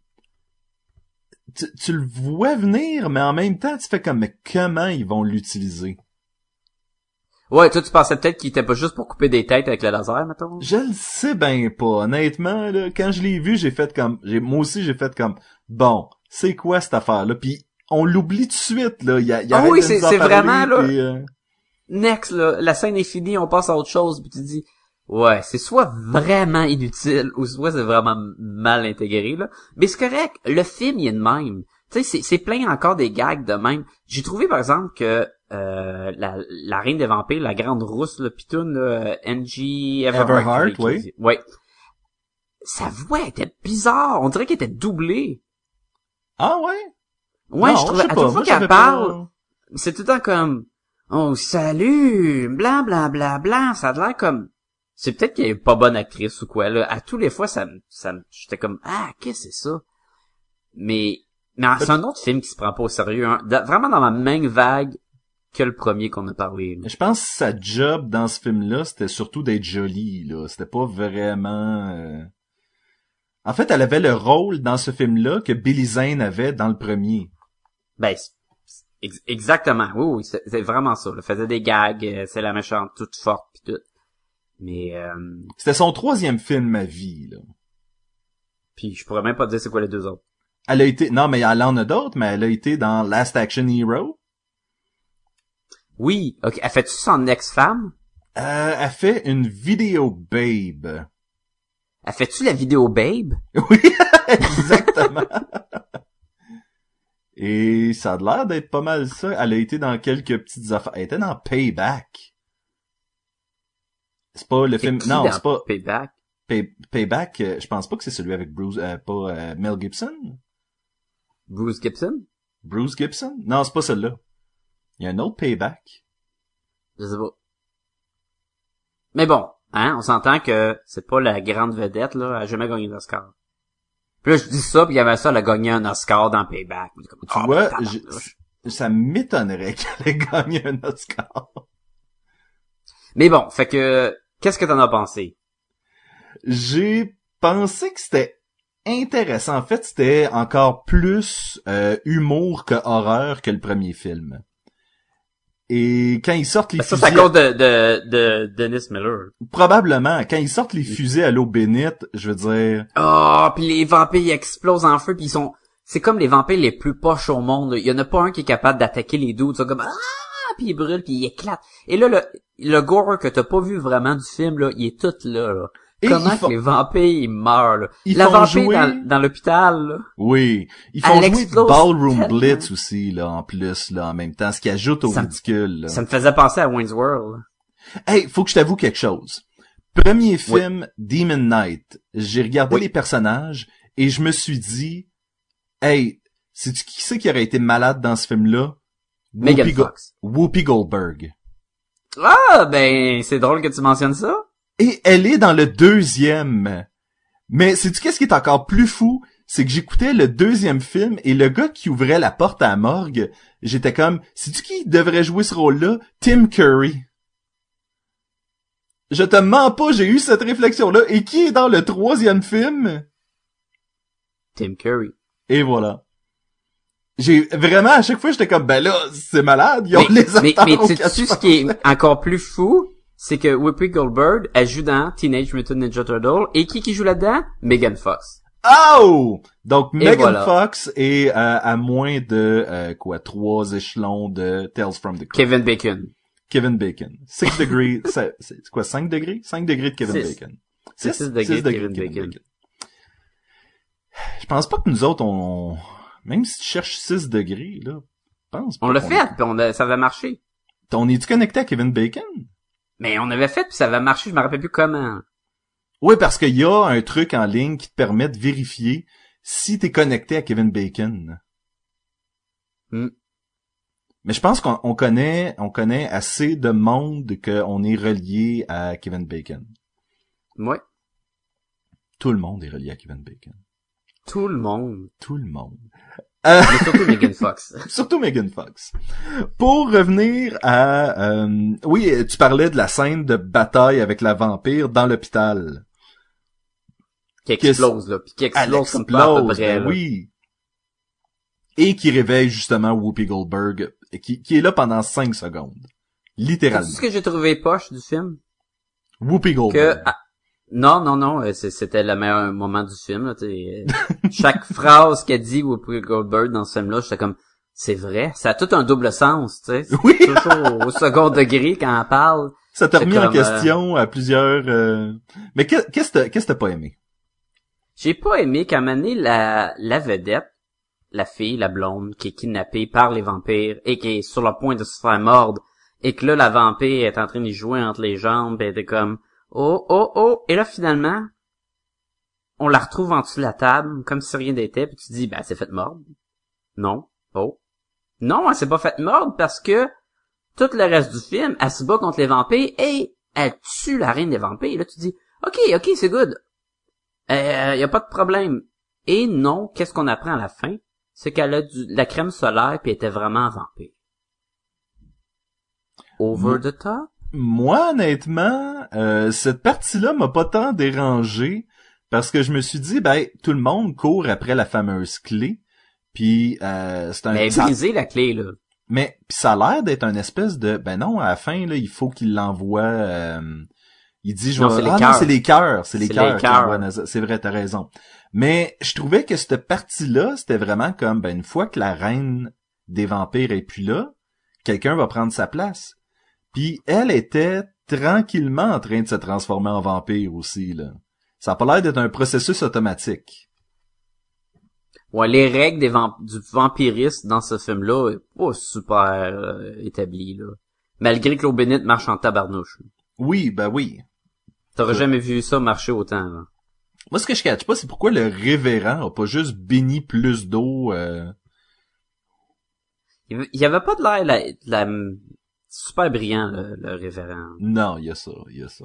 Tu, tu le vois venir, mais en même temps, tu fais comme, mais comment ils vont l'utiliser? Ouais, toi, tu pensais peut-être qu'il était pas juste pour couper des têtes avec le laser, mettons? Je le sais ben pas, honnêtement, là. Quand je l'ai vu, j'ai fait comme... j'ai moi aussi, j'ai fait comme, bon, c'est quoi cette affaire-là? Puis on l'oublie tout de suite, là. Il y a, il y Ah arrête oui, de c'est- nous en c'est parler, vraiment, là. puis, euh, Next, là, la scène est finie, on passe à autre chose, puis tu dis, ouais, c'est soit vraiment inutile, ou soit c'est vraiment mal intégré, là. Mais c'est correct, le film, il est de même. Tu sais, c'est, c'est plein encore des gags de même. J'ai trouvé, par exemple, que euh, la, la reine des vampires, la grande rousse, là, pitoune, là, Angie Everhart. Everhart, qui- oui. qui- Ouais. Sa voix était bizarre, on dirait qu'elle était doublée. Ah ouais? Ouais, Non, je trouvais, sais à pas. toute fois Moi, j'avais qu'elle pas- parle, c'est tout le temps comme, oh, salut, bla, bla, bla, bla, ça a l'air comme, c'est peut-être qu'elle est pas bonne actrice ou quoi, là. À tous les fois, ça me, ça me, j'étais comme, ah, qu'est-ce que c'est ça? Mais, mais c'est un autre film qui se prend pas au sérieux, hein. Da- vraiment dans la même vague que le premier qu'on a parlé, là. Je pense que sa job dans ce film-là, c'était surtout d'être jolie, là. C'était pas vraiment... euh, En fait, elle avait le rôle dans ce film-là que Billy Zane avait dans le premier. Ben, c'est- c'est ex- exactement, oui, oui, c'est, c'est vraiment ça, là. Faisait des gags, euh, c'est la méchante toute forte pis tout. Mais, euh, C'était son troisième film à vie, là. puis je pourrais même pas te dire c'est quoi les deux autres. Elle a été... Non, mais elle en a d'autres, mais elle a été dans Last Action Hero. Oui, ok. Elle fait-tu son ex-femme? Euh, elle fait une vidéo babe. Elle fait-tu la vidéo Babe? Oui, exactement. Et ça a l'air d'être pas mal ça. Elle a été dans quelques petites affaires. Elle était dans Payback. C'est pas le C'est film... qui Non, dans c'est pas... Payback. Pay- Payback, euh, je pense pas que c'est celui avec Bruce... Euh, pas euh, Mel Gibson? Bruce Gibson? Bruce Gibson? Non, c'est pas celui-là. Il y a un autre Payback. Je sais pas. Mais bon, hein, on s'entend que c'est pas la grande vedette, là. Elle a jamais gagné l'Oscar. Puis là, je dis ça, puis il y avait ça, elle a gagné un Oscar dans Payback. Comme, Tu oh, vois, ben, je- tabarnouche. ça m'étonnerait qu'elle ait gagné un Oscar. Mais bon, fait que, qu'est-ce que t'en as pensé? J'ai pensé que c'était intéressant. En fait, c'était encore plus euh, humour que horreur que le premier film. Et quand ils sortent les Ben, ça, fusils... c'est à cause de, de, de Dennis Miller. Probablement, quand ils sortent les fusées à l'eau bénite, je veux dire... Oh, puis les vampires ils explosent en feu, puis ils sont... C'est comme les vampires les plus poches au monde. Il y en a pas un qui est capable d'attaquer les dudes. Ils sont comme... Ah! Puis ils brûlent, puis ils éclatent. Et là, le, le gore que t'as pas vu vraiment du film, là, il est tout là, là. Et Comment ils font- que les vampires, ils meurent, là. Ils La font vampire jouer- dans, dans l'hôpital, là. Oui, ils Elle font jouer explose Ballroom tellement. Blitz aussi, là, en plus, là, en même temps, ce qui ajoute au Ça me- ridicule, là. Ça me faisait penser à Wayne's World. Hey, faut que je t'avoue quelque chose. Premier film, Demon Knight, j'ai regardé Oui. les personnages et je me suis dit, hey, sais-tu qui c'est qui aurait été malade dans ce film-là? Megan Whoopi Go- Fox. Whoopi Goldberg. Ah, ben, c'est drôle que tu mentionnes ça. Et elle est dans le deuxième. Mais sais-tu qu'est-ce qui est encore plus fou? C'est que j'écoutais le deuxième film et le gars qui ouvrait la porte à la morgue, j'étais comme, sais-tu qui devrait jouer ce rôle-là? Tim Curry. Je te mens pas, j'ai eu cette réflexion-là. Et qui est dans le troisième film? Tim Curry. Et voilà. J'ai vraiment, à chaque fois, j'étais comme, ben là, c'est malade, ils ont Mais, les mais, acteurs mais au tu quatre sais ce qui est encore plus fou? C'est que Whoopi Goldberg, elle joue dans Teenage Mutant Ninja Turtle. Et qui qui joue là-dedans? Megan Fox. Oh! Donc, Et Megan voilà. Fox est euh, à moins de, euh, quoi, trois échelons de Tales from the Crypt. Kevin Bacon. Kevin Bacon. Six degrés, c'est c'est quoi, cinq degrés? Cinq degrés de Kevin Six. Bacon. C'est six degrés de Kevin Bacon. Je pense pas que nous autres, on... Même si tu cherches six degrés, là, je pense pas On l'a qu'on fait, est- puis on a, ça avait marché. On est-tu connecté à Kevin Bacon? Mais on avait fait, puis ça avait marché, je me rappelle plus comment. Oui, parce qu'il y a un truc en ligne qui te permet de vérifier si t'es connecté à Kevin Bacon. Hmm. Mais je pense qu'on on connaît, on connaît assez de monde qu'on est relié à Kevin Bacon. Ouais. Tout le monde est relié à Kevin Bacon. Tout le monde. Tout le monde. Euh... Mais surtout Megan Fox. Surtout Megan Fox. Pour revenir à... Euh... Oui, tu parlais de la scène de bataille avec la vampire dans l'hôpital. Qui explose, là. Puis qui explose comme pas à peu près, ben là. Oui. Et qui réveille justement Whoopi Goldberg, qui, qui est là pendant cinq secondes. Littéralement. C'est ce que j'ai trouvé poche du film. Whoopi Goldberg. Que, ah, non, non, non, euh, c'était le meilleur moment du film, là, t'sais. Chaque phrase qu'a dit Whoopi Goldberg dans ce film-là, j'étais comme, c'est vrai, ça a tout un double sens, tu sais. Oui. Toujours au, au second degré quand elle parle. Ça t'a remis en comme, question euh... à plusieurs... Euh... Mais qu'est-ce que qu'est-ce que t'as pas aimé? J'ai pas aimé qu'à un moment donné, la, la vedette, la fille, la blonde, qui est kidnappée par les vampires et qui est sur le point de se faire mordre, et que là, la vampire est en train d'y jouer entre les jambes, et elle était comme, oh, oh, oh, et là, finalement, on la retrouve en dessous de la table, comme si rien n'était, puis tu te dis, ben, elle s'est faite mordre. Non. Oh. Non, elle s'est pas faite mordre parce que tout le reste du film, elle se bat contre les vampires et elle tue la reine des vampires. Et là, tu te dis, ok, ok, c'est good. Euh, y a pas de problème. Et non, qu'est-ce qu'on apprend à la fin? C'est qu'elle a du, de la crème solaire puis elle était vraiment un vampire. Over the top? Moi, honnêtement, euh, cette partie-là m'a pas tant dérangé parce que je me suis dit, ben, tout le monde court après la fameuse clé. Puis euh, c'est un... Mais ça... brisé la clé, là. Mais pis ça a l'air d'être un espèce de... Ben non, à la fin, là, il faut qu'il l'envoie... Euh... Il dit, je non, vais... c'est les ah cœurs. non, c'est les cœurs. C'est les c'est cœurs. Les cœurs. Naz... C'est vrai, t'as raison. Mais je trouvais que cette partie-là, c'était vraiment comme, ben une fois que la reine des vampires est plus là, quelqu'un va prendre sa place. Puis elle était tranquillement en train de se transformer en vampire aussi, là. Ça a pas l'air d'être un processus automatique. Ouais, les règles des vamp- du vampirisme dans ce film-là est pas super euh, établies, là. Malgré que l'eau bénite marche en tabarnouche. Oui, ben oui. T'aurais Ouais. jamais vu ça marcher autant, là. Moi, ce que je catch pas, c'est pourquoi le révérend a pas juste béni plus d'eau. Euh... Il y avait pas de l'air la, la, super brillant, le, le révérend. Non, il y a ça, il y a ça.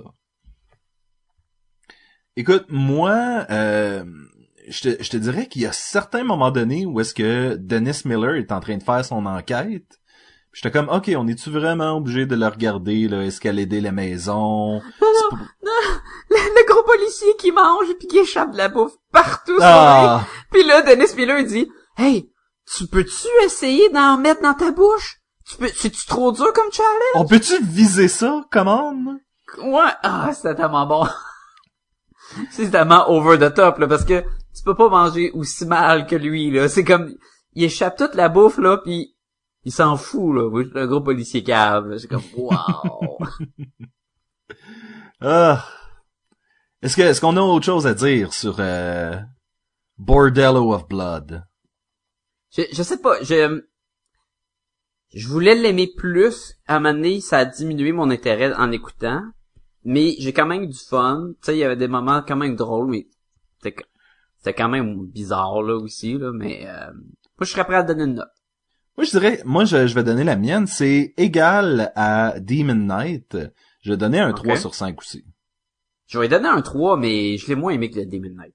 Écoute, moi, euh, je te, je te dirais qu'il y a certains moments donnés où est-ce que Dennis Miller est en train de faire son enquête. J'étais comme, ok, on est-tu vraiment obligé de le regarder, là? Est-ce qu'elle aidait la maison? Non, non, pas... non, le, le gros policier qui mange puis qui échappe de la bouffe partout Ah. sur lui. Puis là, Dennis Miller il dit, hey, tu peux-tu essayer d'en mettre dans ta bouche? Tu peux, c'est-tu trop dur comme challenge? On peut-tu viser ça, comment? Ouais, ah, c'est tellement bon. C'est tellement over the top, là, parce que tu peux pas manger aussi mal que lui, là. C'est comme, il échappe toute la bouffe, là, puis il s'en fout, là. Oui, le gros policier cave. C'est comme, wow. Ah. Est-ce que, est-ce qu'on a autre chose à dire sur, euh, Bordello of Blood? Je, je sais pas, je, je voulais l'aimer plus. À un moment donné, ça a diminué mon intérêt en écoutant. Mais j'ai quand même eu du fun. Tu sais, il y avait des moments quand même drôles, mais c'était, c'était quand même bizarre, là, aussi, là. Mais, euh, moi, je serais prêt à donner une note. Moi, je dirais, moi, je, je vais donner la mienne. C'est égal à Demon Knight. Je vais donner un Okay. trois sur cinq aussi. Je vais lui donner un trois, mais je l'ai moins aimé que le Demon Knight.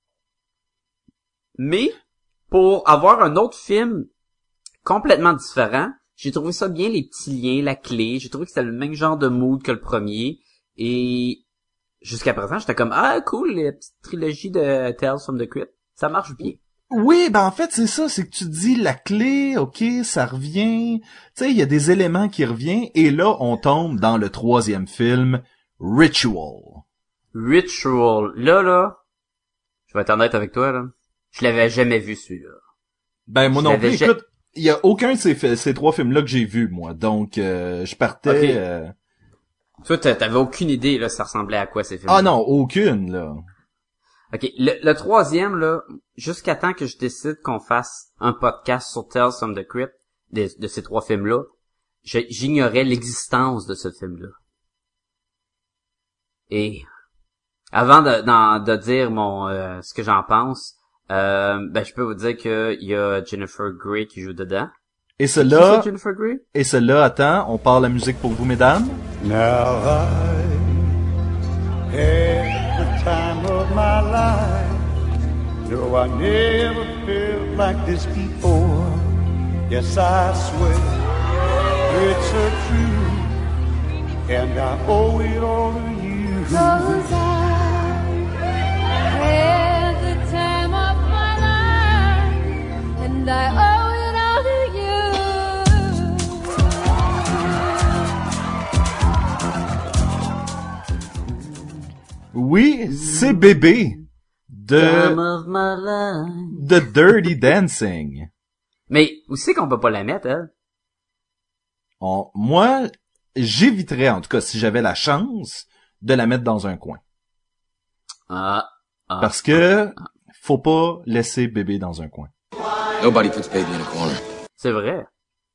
Mais, pour avoir un autre film complètement différent, j'ai trouvé ça bien, les petits liens, la clé. J'ai trouvé que c'était le même genre de mood que le premier. Et jusqu'à présent, j'étais comme, ah, cool, la petite trilogie de Tales from the Crypt. Ça marche bien. Oui, ben en fait, c'est ça, c'est que tu te dis la clé, ok, ça revient. Tu sais, il y a des éléments qui reviennent, et là, on tombe dans le troisième film, Ritual. Ritual. Là, là, je vais être honnête avec toi, là. Je l'avais jamais vu, celui-là. Ben, moi Je non plus, l'avais ja- écoute, il y a aucun de ces, fi- ces trois films-là que j'ai vu, moi. Donc, euh, je partais... Ok. euh, Toi, t'a- t'avais aucune idée, là, ça ressemblait à quoi, ces films. Ah non, aucune, là. Ok, le, le troisième, là, jusqu'à temps que je décide qu'on fasse un podcast sur Tales from the Crypt, de, de ces trois films-là, je- j'ignorais l'existence de ce film-là. Et avant de, d'en- de dire mon euh, ce que j'en pense, euh, ben je peux vous dire que il y a Jennifer Grey qui joue dedans. Et C'est qui, cela, ça, Jennifer Grey? et cela, attends, on part la musique pour vous, mesdames. Now I had the time of my life. No, I never felt like this before. Yes, I swear it's a truth, and I owe it all to you. 'Cause I had the time of my life, and I owe it all to you. Oui, c'est Bébé de Time of my life. The Dirty Dancing. Mais où c'est qu'on peut pas la mettre, elle? On- moi, j'éviterais, en tout cas, si j'avais la chance, de la mettre dans un coin. Ah. ah Parce que faut pas laisser Bébé dans un coin. Nobody puts baby in a corner. C'est vrai.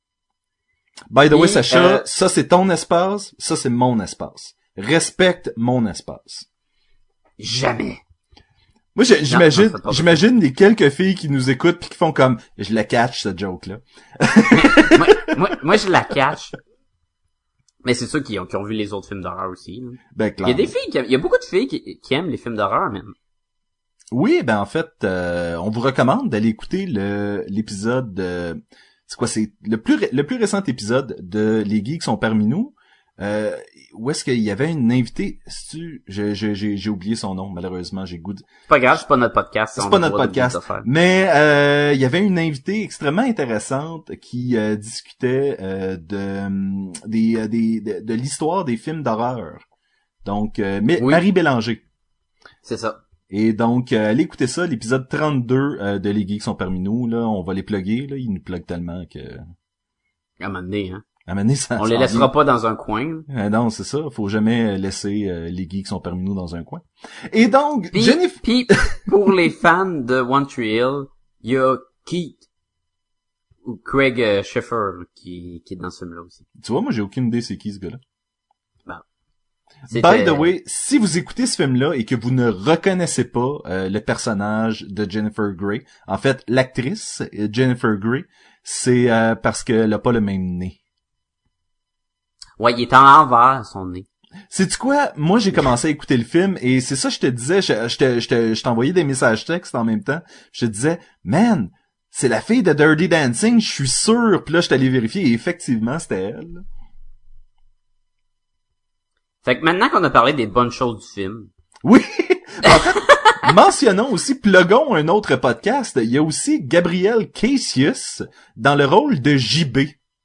By the way, Et, Sacha, euh, ça c'est ton espace, ça c'est mon espace. Respecte mon espace. Jamais. Moi, j'ai- j'imagine, non, c'est pas j'imagine les quelques filles qui nous écoutent pis qui font comme, je la catch, ce joke-là. moi, moi, moi, je la catch. Mais c'est ceux qui ont, qui ont vu les autres films d'horreur aussi. Là. Ben, Il y clair. a des filles qui aiment- il y a beaucoup de filles qui, qui aiment les films d'horreur, même. Oui, ben, en fait, euh, on vous recommande d'aller écouter le, l'épisode de, c'est quoi, c'est le plus, ré- le plus récent épisode de Les Geeks sont parmi nous, euh, où est-ce qu'il y avait une invitée, c'est-tu, j'ai, j'ai, j'ai, j'ai oublié son nom, malheureusement, j'ai goût de, C'est pas grave, c'est pas notre podcast. C'est on pas a le notre droit de podcast, dire ça faire. mais euh, il y avait une invitée extrêmement intéressante qui euh, discutait euh, de, hum, des, euh, des de, de l'histoire des films d'horreur. Donc, euh, mais Oui. Marie Bélanger. C'est ça. Et donc, euh, allez écouter ça, l'épisode trente-deux euh, de Les Geeks sont parmi nous. Là, on va les plugger. Là, ils nous pluguent tellement que À un moment donné, hein. à un moment donné, ça. On ça les en laissera vient. pas dans un coin. là. Euh, non, c'est ça. Faut jamais laisser euh, Les Geeks sont parmi nous dans un coin. Et donc, Puis, Jennifer. puis, pour les fans de One Tree Hill, il y a Keith ou Craig euh, Sheffer qui, qui est dans ce film-là aussi. Tu vois, moi, j'ai aucune idée c'est qui ce gars-là. C'était- By the way, si vous écoutez ce film-là et que vous ne reconnaissez pas euh, le personnage de Jennifer Grey, en fait, l'actrice euh, Jennifer Grey, c'est euh, parce qu'elle a pas le même nez. Ouais, il est en l'envers, son nez. Sais-tu quoi? Moi, j'ai commencé à écouter le film et c'est ça que je te disais, je, je te, je te- je t'envoyais des messages textes en même temps. Je te disais, man, c'est la fille de Dirty Dancing, je suis sûr. Puis là, je suis allé vérifier et effectivement, c'était elle. Fait que maintenant qu'on a parlé des bonnes choses du film, Oui! En fait, mentionnons aussi, pluguons un autre podcast. Il y a aussi Gabriel Cassius dans le rôle de J B.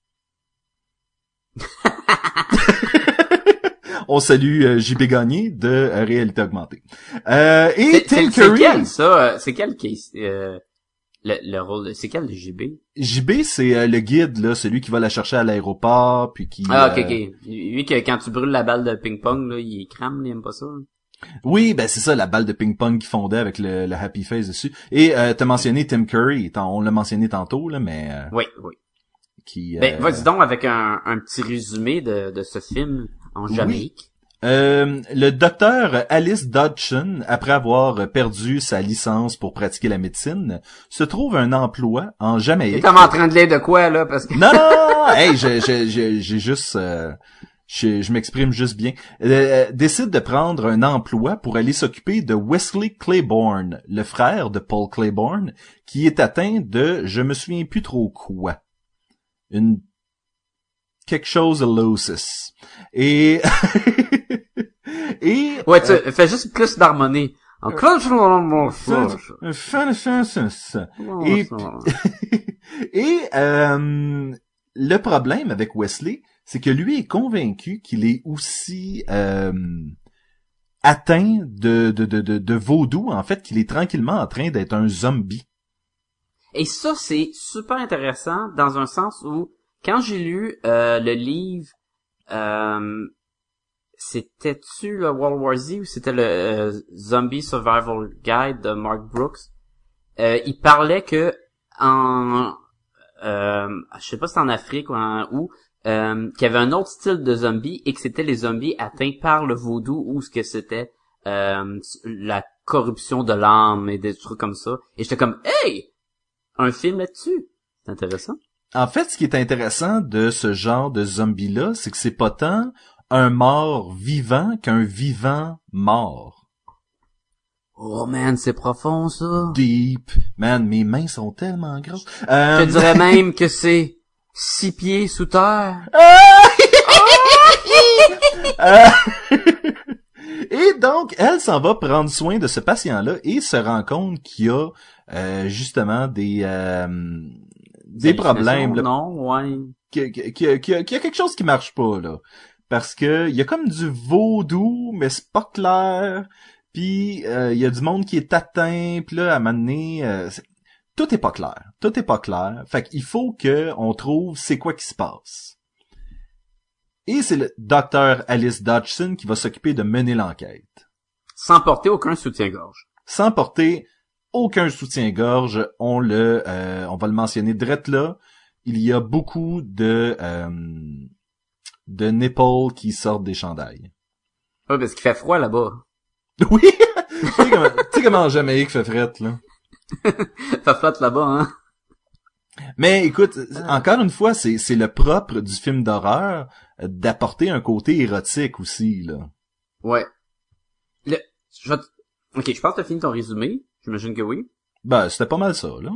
On salue euh, J B Gagné de euh, Réalité Augmentée. Euh, et c'est, Tim c'est, c'est Curry. quel ça? euh, C'est quel qui est, euh, le, le rôle de, c'est quel de J B? J B, c'est euh, le guide, là, celui qui va la chercher à l'aéroport, puis qui... Ah, ok, euh, ok. Lui, que quand tu brûles la balle de ping-pong, là, il crame, il aime pas ça. Hein. Oui, ben c'est ça, la balle de ping-pong qui fondait avec le, le Happy Face dessus. Et euh, t'as mentionné Tim Curry, on l'a mentionné tantôt, là, mais... euh, Oui, oui. qui, Ben, euh, vas-y donc avec un, un petit résumé de, de ce film en Jamaïque. Euh, le docteur Alice Dodson, après avoir perdu sa licence pour pratiquer la médecine, se trouve un emploi en T'es Jamaïque. comme en train de lire de quoi, là, parce que... Non, non, non, non, hey, je- je- je- j'ai juste, euh, je, je m'exprime juste bien. Euh, décide de prendre un emploi pour aller s'occuper de Wesley Claiborne, le frère de Paul Claiborne, qui est atteint de, je me souviens plus trop quoi, une quelque chose de losis. Et et Ouais, tu fais juste plus d'harmonie. En euh, fin- fin- fin- fin- Et, et euh, le problème avec Wesley, c'est que lui est convaincu qu'il est aussi euh, atteint de, de, de, de, de vaudou, en fait, qu'il est tranquillement en train d'être un zombie. Et ça, c'est super intéressant dans un sens où, quand j'ai lu euh, le livre, euh, c'était-tu le World War Z ou c'était le euh, Zombie Survival Guide de Mark Brooks? Euh, il parlait que en, euh, je sais pas si c'est en Afrique ou en, où, euh, qu'il y avait un autre style de zombie et que c'était les zombies atteints par le vaudou ou ce que c'était euh, la corruption de l'âme et des trucs comme ça. Et j'étais comme, hey! Un film là-dessus. C'est intéressant. en fait, ce qui est intéressant de ce genre de zombie-là, c'est que c'est pas tant un mort vivant qu'un vivant mort. Oh man, c'est profond ça. Deep. Man, mes mains sont tellement grosses. Euh... Je dirais même que c'est six pieds sous terre. Euh, Et donc, elle s'en va prendre soin de ce patient-là et se rend compte qu'il y a euh, justement des euh, des problèmes. Là, non, ouais. Qu'il y, qu'il y, a, qu'il y a quelque chose qui marche pas, là. Parce que il y a comme du vaudou, mais c'est pas clair. Puis euh, il y a du monde qui est atteint, puis là, à un moment donné, euh, c'est... tout est pas clair. Tout est pas clair. Fait qu'il faut que on trouve c'est quoi qui se passe. Et c'est le docteur Alice Dodgson qui va s'occuper de mener l'enquête. Sans porter aucun soutien-gorge. Sans porter aucun soutien-gorge, on le, euh, on va le mentionner direct là. Il y a beaucoup de, euh, de nipples qui sortent des chandails. Ouais, parce qu'il fait froid là-bas. Oui! Tu sais comment, tu sais comment en Jamaïque fait fret, là. Ça flotte là-bas, hein. Mais écoute, encore une fois, c'est c'est le propre du film d'horreur d'apporter un côté érotique aussi, là. Ouais. Le, je vais t... Ok, je pense que t'as fini ton résumé. J'imagine que oui. Ben, c'était pas mal ça, là.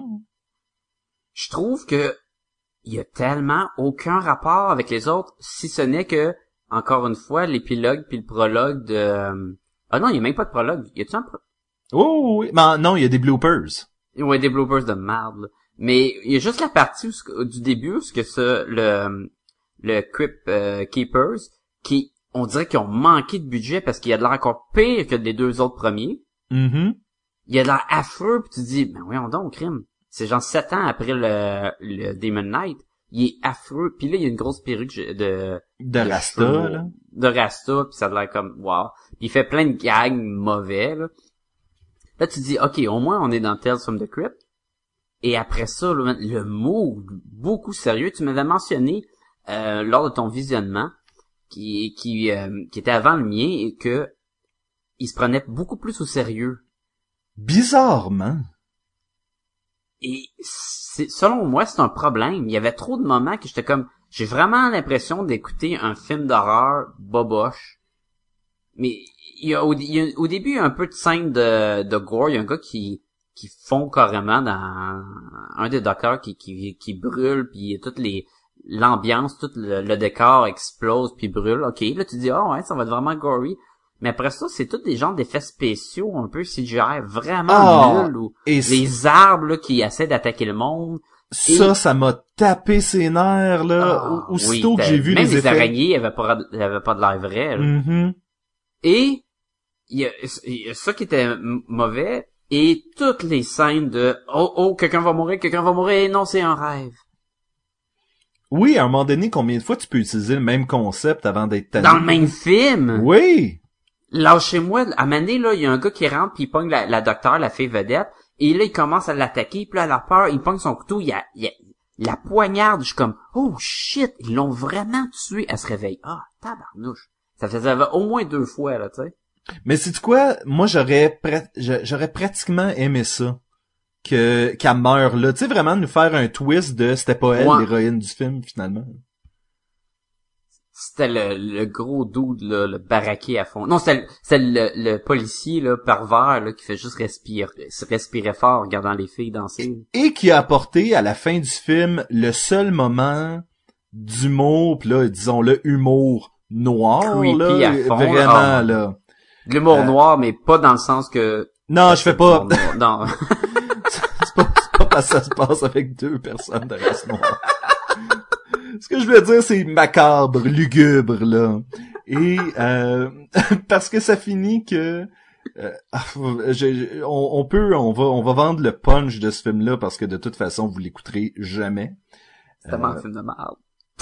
Je trouve que il y a tellement aucun rapport avec les autres, si ce n'est que, encore une fois, l'épilogue puis le prologue de... Ah non, il y a même pas de prologue. Y a-tu un pro... Oh oui, mais non, il y a des bloopers. Ouais, des bloopers de merde, là. Mais il y a juste la partie où, du début où ce que ça, le le Crypt euh, Keepers, qui on dirait qu'ils ont manqué de budget parce qu'il y a de l'air encore pire que les deux autres premiers. Mm-hmm. Il y a de l'air affreux, puis tu te dis, ben voyons donc, crime. C'est genre sept ans après le, le Demon Knight. Il est affreux. Puis là, il y a une grosse perruque de... De, de Rasta, cheveux, là. De Rasta, puis ça a l'air comme, wow. Puis il fait plein de gags mauvais, là. Là, tu te dis, OK, au moins, on est dans Tales from the Crypt. Et après ça, le, le mot beaucoup sérieux, tu m'avais mentionné euh, lors de ton visionnement, qui qui euh, qui était avant le mien, et que il se prenait beaucoup plus au sérieux. Bizarrement. Et c'est, selon moi, c'est un problème. Il y avait trop de moments que j'étais comme, j'ai vraiment l'impression d'écouter un film d'horreur boboche. Mais il y a au, il y a, au début, il y a un peu de scène de, de gore. Il y a un gars qui qui fond carrément dans un des docteurs qui qui qui brûle, puis toute les l'ambiance, tout le, le décor explose puis brûle. OK, là tu dis oh ouais, ça va être vraiment gory. Mais après ça, c'est tous des genres d'effets spéciaux un peu C G I vraiment oh, nuls, ou et les arbres là, qui essaient d'attaquer le monde. Ça, et... ça m'a tapé ses nerfs là, oh, aussitôt oui, que j'ai vu même les, les effets. araignées avaient pas avaient pas de l'air vrai. Là. Mm-hmm. Et il y, y a ça qui était m- mauvais. Et toutes les scènes de « Oh, oh, quelqu'un va mourir, quelqu'un va mourir, non, c'est un rêve. » Oui, à un moment donné, combien de fois tu peux utiliser le même concept avant d'être tanné? Dans le même film? Oui! Lâchez-moi, à un moment donné, là, il y a un gars qui rentre pis il pogne la, la docteure, la fille vedette, et là, il commence à l'attaquer, puis là, elle a peur, il pogne son couteau, il a, il a, la poignarde, je suis comme « Oh shit, ils l'ont vraiment tué. » Elle se réveille. Ah, tabarnouche. Ça faisait au moins deux fois, là, tu sais. Mais sais-tu quoi? Moi, j'aurais pr- j'aurais pratiquement aimé ça. Que, qu'elle meure là. Tu sais, vraiment nous faire un twist de c'était pas elle, ouais. L'héroïne du film, finalement. C'était le, le gros dude, là, le baraqué à fond. Non, c'était, c'était le, le policier, là, pervers, là, qui fait juste respirer, respirer fort en regardant les filles danser. Et, et qui a apporté, à la fin du film, le seul moment d'humour, pis là, disons-le, humour noir, creepy là. À fond, vraiment, oh. là. De l'humour euh... noir, mais pas dans le sens que... Non, je fais pas... Non. c'est, pas, c'est pas parce que ça se passe avec deux personnes de race noire. Ce que je veux dire, c'est macabre, lugubre, là. Et euh, parce que ça finit que... Euh, je, je, on, on peut, on va, on va vendre le punch de ce film-là parce que de toute façon, vous l'écouterez jamais. C'est tellement euh... un film de merde.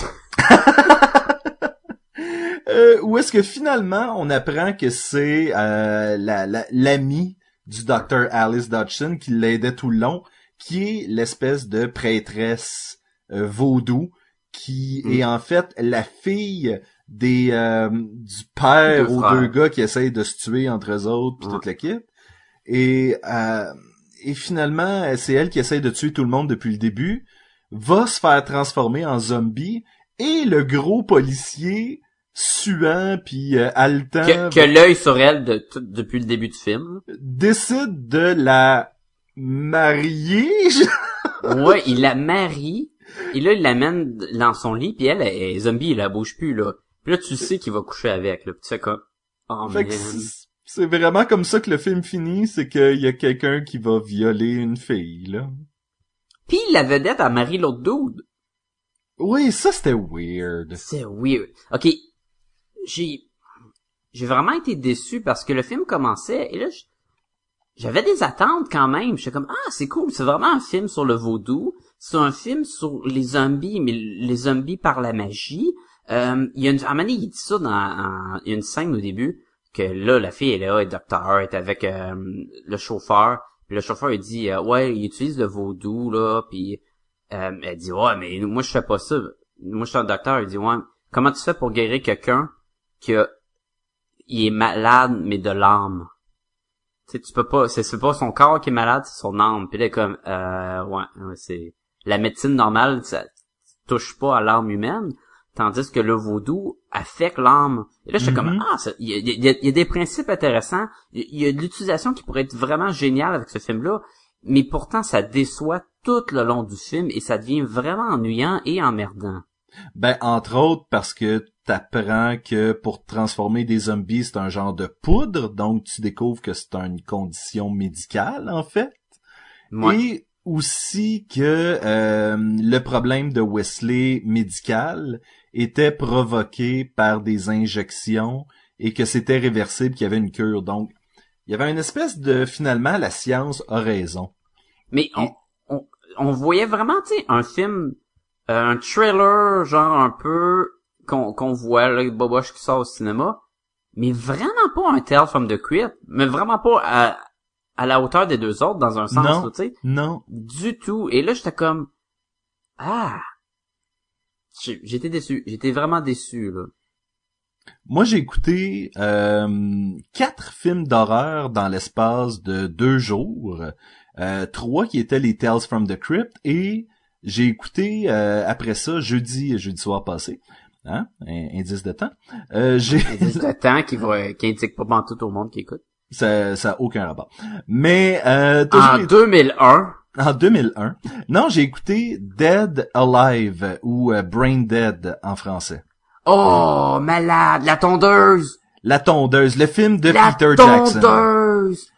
Euh, où est-ce que finalement on apprend que c'est euh, la, la, l'ami du docteur Alice Dodgson qui l'aidait tout le long, qui est l'espèce de prêtresse euh, vaudou qui mm. est en fait la fille des euh, du père deux aux frères. Deux gars qui essayent de se tuer entre eux autres puis mm. toute l'équipe. Et euh, et finalement c'est elle qui essaye de tuer tout le monde depuis le début. va se faire transformer en zombie et le gros policier suant puis euh, haletant Que, que l'œil sur elle de, tout, depuis le début du film. décide de la marier. Ouais, il la marie, et là, il l'amène dans son lit, puis elle, elle est zombie, elle la bouge plus, là. Puis là, tu sais qu'il va coucher avec, là. Puis tu fais comme, oh, Fait man. que c'est, c'est vraiment comme ça que le film finit, c'est qu'il y a quelqu'un qui va violer une fille, là. Puis la vedette a marié l'autre dude. Oui, ça c'était weird. C'est weird. Ok, j'ai, j'ai vraiment été déçu parce que le film commençait, et là, je- j'avais des attentes quand même. J'étais comme, ah, c'est cool, c'est vraiment un film sur le vaudou. C'est un film sur les zombies, mais les zombies par la magie. Euh, il y a une, à un moment donné, il dit ça dans, en- il y a une scène au début, que là, la fille, elle est là, et docteur Hart avec euh, le chauffeur. Puis le chauffeur, il dit, euh, ouais, il utilise le vaudou, là, puis euh, elle dit, ouais, mais moi, je fais pas ça. Moi, je suis un docteur. Il dit, ouais, comment tu fais pour guérir quelqu'un qui a, il est malade, mais de l'âme? Tu sais, tu peux pas, c'est, c'est pas son corps qui est malade, c'est son âme. Puis là, comme, euh, ouais, ouais, c'est, la médecine normale, ça touche pas à l'âme humaine, tandis que le vaudou affecte l'âme. Et là, j'étais Mhm. comme, ah, ça- il y a, il y a- il y a des principes intéressants, il y a- il y a de l'utilisation qui pourrait être vraiment géniale avec ce film-là, mais pourtant, ça déçoit tout le long du film et ça devient vraiment ennuyant et emmerdant. Ben, entre autres, parce que t'apprends que pour transformer des zombies, c'est un genre de poudre, donc tu découvres que c'est une condition médicale, en fait. Ouais. Et aussi que euh, le problème de Wesley médical était provoqué par des injections et que c'était réversible, qu'il y avait une cure. Donc, il y avait une espèce de, finalement, la science a raison. Mais on, on, on voyait vraiment, tu sais, un film, euh, un thriller, genre un peu, qu'on, qu'on voit, là, Boboche qui sort au cinéma, mais vraiment pas un Tale from the Crypt, mais vraiment pas à, à la hauteur des deux autres, dans un sens, Non. là, tu sais, Non. du tout. Et là, j'étais comme, ah, J'ai- j'étais déçu, j'étais vraiment déçu, là. Moi, j'ai écouté euh, quatre films d'horreur dans l'espace de deux jours. Euh, trois qui étaient les Tales from the Crypt et j'ai écouté euh, après ça jeudi jeudi soir passé. Hein? Un indice de temps. Euh, j'ai Indice de temps qui va, qui indique pas pantoute au monde qui écoute. ça ça a aucun rapport. Mais euh, En toujours deux mille un, en deux mille un. Non, j'ai écouté Dead Alive ou euh, Brain Dead en français. oh, malade, la tondeuse! La tondeuse, le film de La Peter Jackson. tondeuse!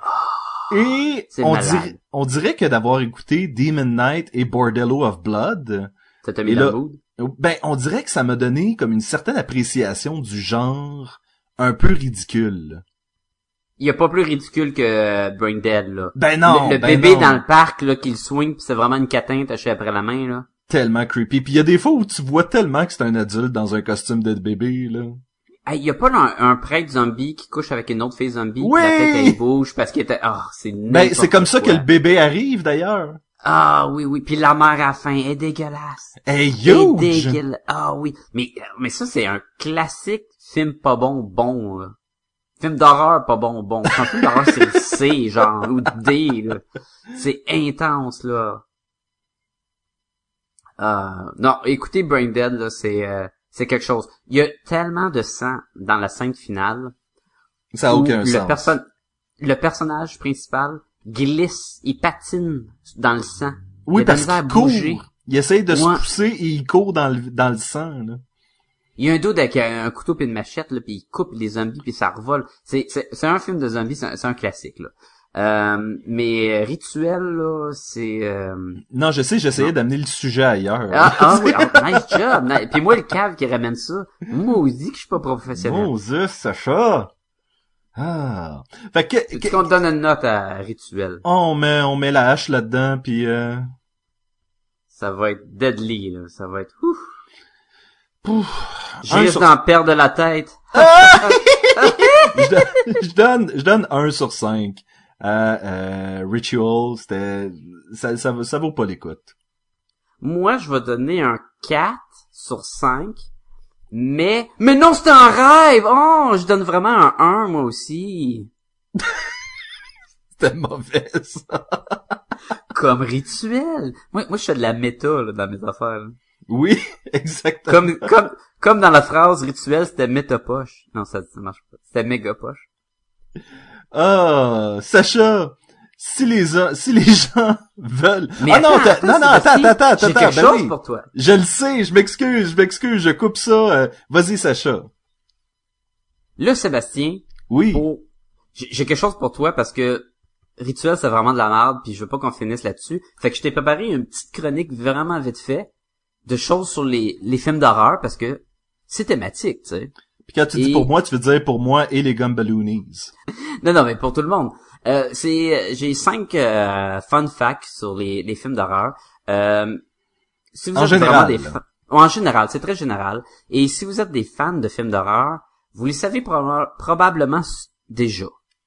Et C'est on malade. dirait, on dirait que d'avoir écouté Demon Knight et Bordello of Blood, Ça t'a mis Et dans là- le mood? ben on dirait que ça m'a donné comme une certaine appréciation du genre un peu ridicule. Il y a pas plus ridicule que Brain Dead, là. Ben non, le le ben bébé non. dans le parc, là, qui le swing pis c'est vraiment une catin tachée après la main, là. Tellement creepy. Puis il y a des fois où tu vois tellement que c'est un adulte dans un costume de bébé là. Hey, y a pas un, un prêtre zombie qui couche avec une autre fille zombie Oui! pis la tête elle bouge parce qu'il était, ah, c'est Ben n'importe c'est comme ça quoi. que le bébé arrive d'ailleurs. Ah oui, oui, puis la mère à la fin est dégueulasse. Hey Est huge. dégueulasse. Ah oui, mais mais ça c'est un classique film pas bon bon là. Film d'horreur pas bon bon. Un film d'horreur c'est le C genre ou D là. C'est intense là. Euh, non, écoutez Brain Dead là, c'est euh, c'est quelque chose. Il y a tellement de sang dans la scène finale. Ça a où aucun le sens. perso- le personnage principal glisse, il patine dans le sang. Oui, il a de la parce misère à qu'il bouger. court. Il essaye de Ouais. se pousser et il court dans le dans le sang là. Il y a un dude avec un, un couteau puis une machette là, puis il coupe les zombies puis ça revole. C'est c'est c'est un film de zombies, c'est un, c'est un classique là. Euh, mais Rituel là, c'est euh... Non, je sais, j'essayais Non. d'amener le sujet ailleurs. ah, ah oui, ah, nice job. Nice. Puis moi le cave qui ramène ça, moi aussi que je suis pas professionnel. Moses, Sacha. Ah. Fait que, Tu que- qu'on te donne une note à Rituel. on met on met la hache là-dedans puis euh, Ça va être deadly là, ça va être ouf. pouf, J'ai un juste sur- d'en perdre de la tête. je, donne, je donne je donne un sur cinq à euh, Ritual, c'était ça, ça ça vaut pas l'écoute. Moi, je vais donner un quatre sur cinq. Mais, mais non, c'était un rêve! Oh, je donne vraiment un un, moi aussi. C'était mauvais ça. Comme Rituel. Moi, moi, je fais de la méta, là, dans mes affaires, là. Oui, exactement. Comme, comme, comme dans la phrase Rituel, c'était méta poche. Non, ça, ça marche pas. C'était méga poche. Ah, Sacha, si les, si les gens veulent... Mais ah non, attends, attends, non, non, attends, Sébastien, attends, attends, j'ai attends, quelque ben chose oui. pour toi. Je le sais, je m'excuse, je m'excuse, je coupe ça. euh, Vas-y, Sacha. Là, Sébastien, Oui. pour... j'ai j'ai quelque chose pour toi parce que Rituel, c'est vraiment de la merde, puis je veux pas qu'on finisse là-dessus. Fait que je t'ai préparé une petite chronique vraiment vite fait de choses sur les, les films d'horreur parce que c'est thématique, tu sais. Puis quand tu Et... dis pour moi, tu veux dire pour moi et les Gumballoonies. Non, non, mais pour tout le monde. Euh, c'est, j'ai cinq euh, fun facts sur les, les films d'horreur. Euh, si vous En êtes général. vraiment des fa- en général, c'est très général. Et si vous êtes des fans de films d'horreur, vous les savez proba- probablement s- déjà.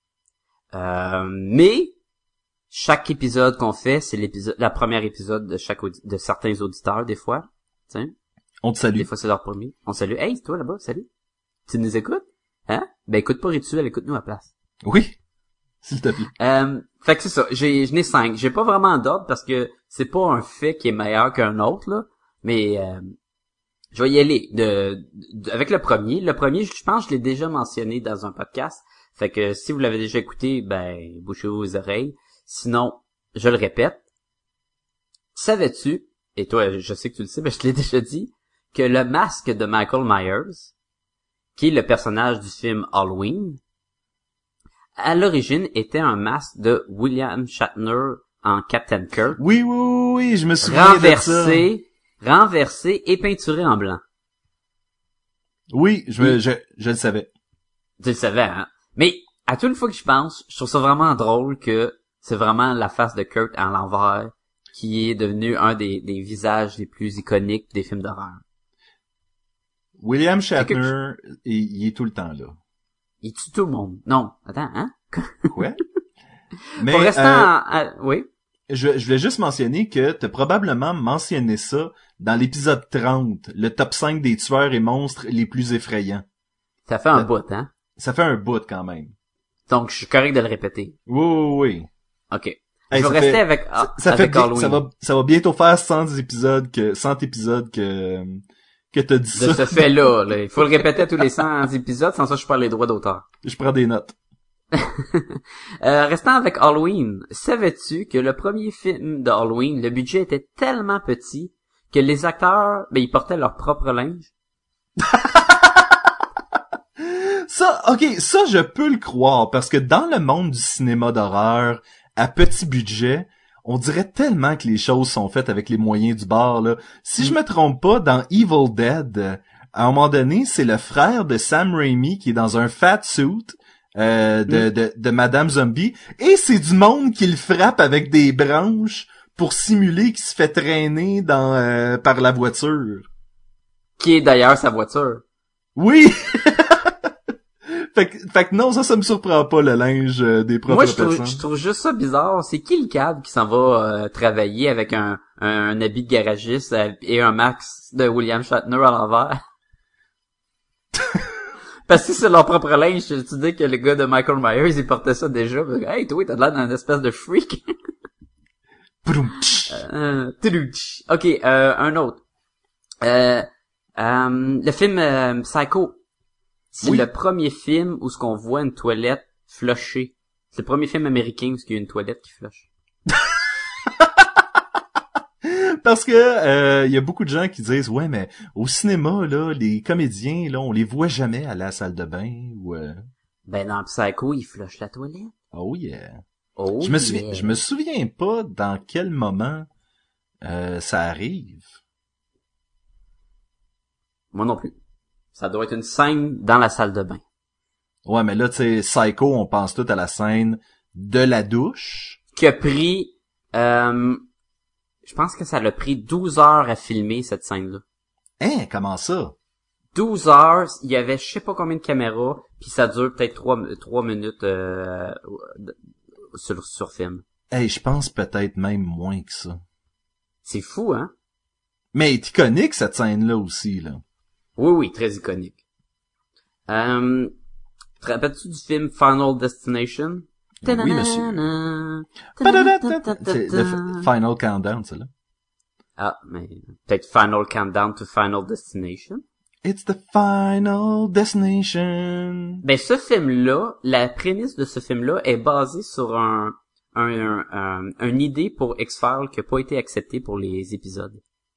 Euh, mais chaque épisode qu'on fait, c'est l'épisode, la première épisode de chaque audi- de certains auditeurs des fois. T'sais. On te salue. Des fois c'est leur premier. On salue. Hey, c'est toi là-bas, salut. Tu nous écoutes? Hein? Ben écoute pas Rituel, écoute-nous à la place. Oui, s'il te plaît. Euh, fait que c'est ça. J'ai, je n'ai cinq. J'ai pas vraiment d'ordre parce que c'est pas un fait qui est meilleur qu'un autre là. Mais euh, je vais y aller de, de avec le premier. Le premier, je pense, que je l'ai déjà mentionné dans un podcast. Fait que si vous l'avez déjà écouté, ben bouchez-vous les oreilles. Sinon, je le répète. Savais-tu, et toi, je sais que tu le sais, mais je te l'ai déjà dit, que le masque de Michael Myers, qui est le personnage du film Halloween, à l'origine était un masque de William Shatner en Captain Kirk, Oui, oui, oui, oui, je me souviens de ça. renversé, renversé et peinturé en blanc. Oui, je, me- je, je le savais. Tu le savais, hein? Mais, à toute fois que je pense, je trouve ça vraiment drôle que c'est vraiment la face de Kurt à l'envers qui est devenu un des, des visages les plus iconiques des films d'horreur. William Shatner, il, il est tout le temps là. Il tue tout le monde. Non. Attends, hein? Ouais. Mais Pour rester euh, en... à- oui. je, je voulais juste mentionner que t'as probablement mentionné ça dans l'épisode trente, le top cinq des tueurs et monstres les plus effrayants. Ça fait un Euh, bout, hein? Ça fait un bout quand même. Donc, je suis correct de le répéter. Oui, oui, oui. OK. Hey, je vais ça rester fait- avec, Ça, ça fait avec bien- Halloween. ça va, ça va bientôt faire cent épisodes que, cent épisodes que, que t'as dit De ça. ce fait-là, là. Il faut le répéter à tous les cent épisodes, sans ça, je perds les droits d'auteur. Je prends des notes. Euh, restant avec Halloween, savais-tu que le premier film de Halloween, le budget était tellement petit que les acteurs, ben, ils portaient leur propre linge? Ça, ok, ça je peux le croire parce que dans le monde du cinéma d'horreur à petit budget, on dirait tellement que les choses sont faites avec les moyens du bord là. Si je me trompe pas, dans Evil Dead, à un moment donné, c'est le frère de Sam Raimi qui est dans un fat suit euh, de, de de Madame Zombie et c'est du monde qui le frappe avec des branches pour simuler qu'il se fait traîner dans euh, par la voiture. Qui est d'ailleurs sa voiture. Oui. fait, que, fait que non, ça, ça me surprend pas, le linge euh, des propres Moi, je trouve, personnes. je trouve juste ça bizarre. C'est qui le cadre qui s'en va euh, travailler avec un, un, un habit de garagiste euh, et un max de William Shatner à l'envers? Parce que c'est leur propre linge. Tu dis que le gars de Michael Myers, il portait ça déjà. Hey, toi, t'as l'air d'un espèce de freak. Broum, tch. euh, tudouch. Ok, euh, un autre. Euh, euh, le film euh, Psycho. C'est Oui. le premier film où ce qu'on voit une toilette flushée. C'est le premier film américain où il y a une toilette qui flush. Parce que euh, y a beaucoup de gens qui disent ouais mais au cinéma là les comédiens là on les voit jamais aller à la salle de bain ou euh... Ben dans Psycho, il flush la toilette. oh yeah. Oh je me yeah. souviens je me souviens pas dans quel moment euh, ça arrive. Moi non plus. Ça doit être une scène dans la salle de bain. Ouais mais là tu sais Psycho on pense tout à la scène de la douche. Qui a pris euh, je pense que ça l'a pris douze heures à filmer cette scène-là. Hein, comment ça? douze heures, il y avait je sais pas combien de caméras, puis ça dure peut-être trois trois minutes euh, sur sur film. Hey, je pense peut-être même moins que ça. C'est fou, hein? Mais elle est iconique cette scène-là aussi là. Oui, oui, très iconique. Euh, te rappelles-tu du film Final Destination? Oui, monsieur. C'est le f- Final Countdown, ça, là. Ah, mais peut-être Final Countdown to Final Destination. It's the final destination. Ben, ce film-là, la prémisse de ce film-là est basée sur un, un, un, un, une idée pour X-Files qui a pas été acceptée pour les épisodes.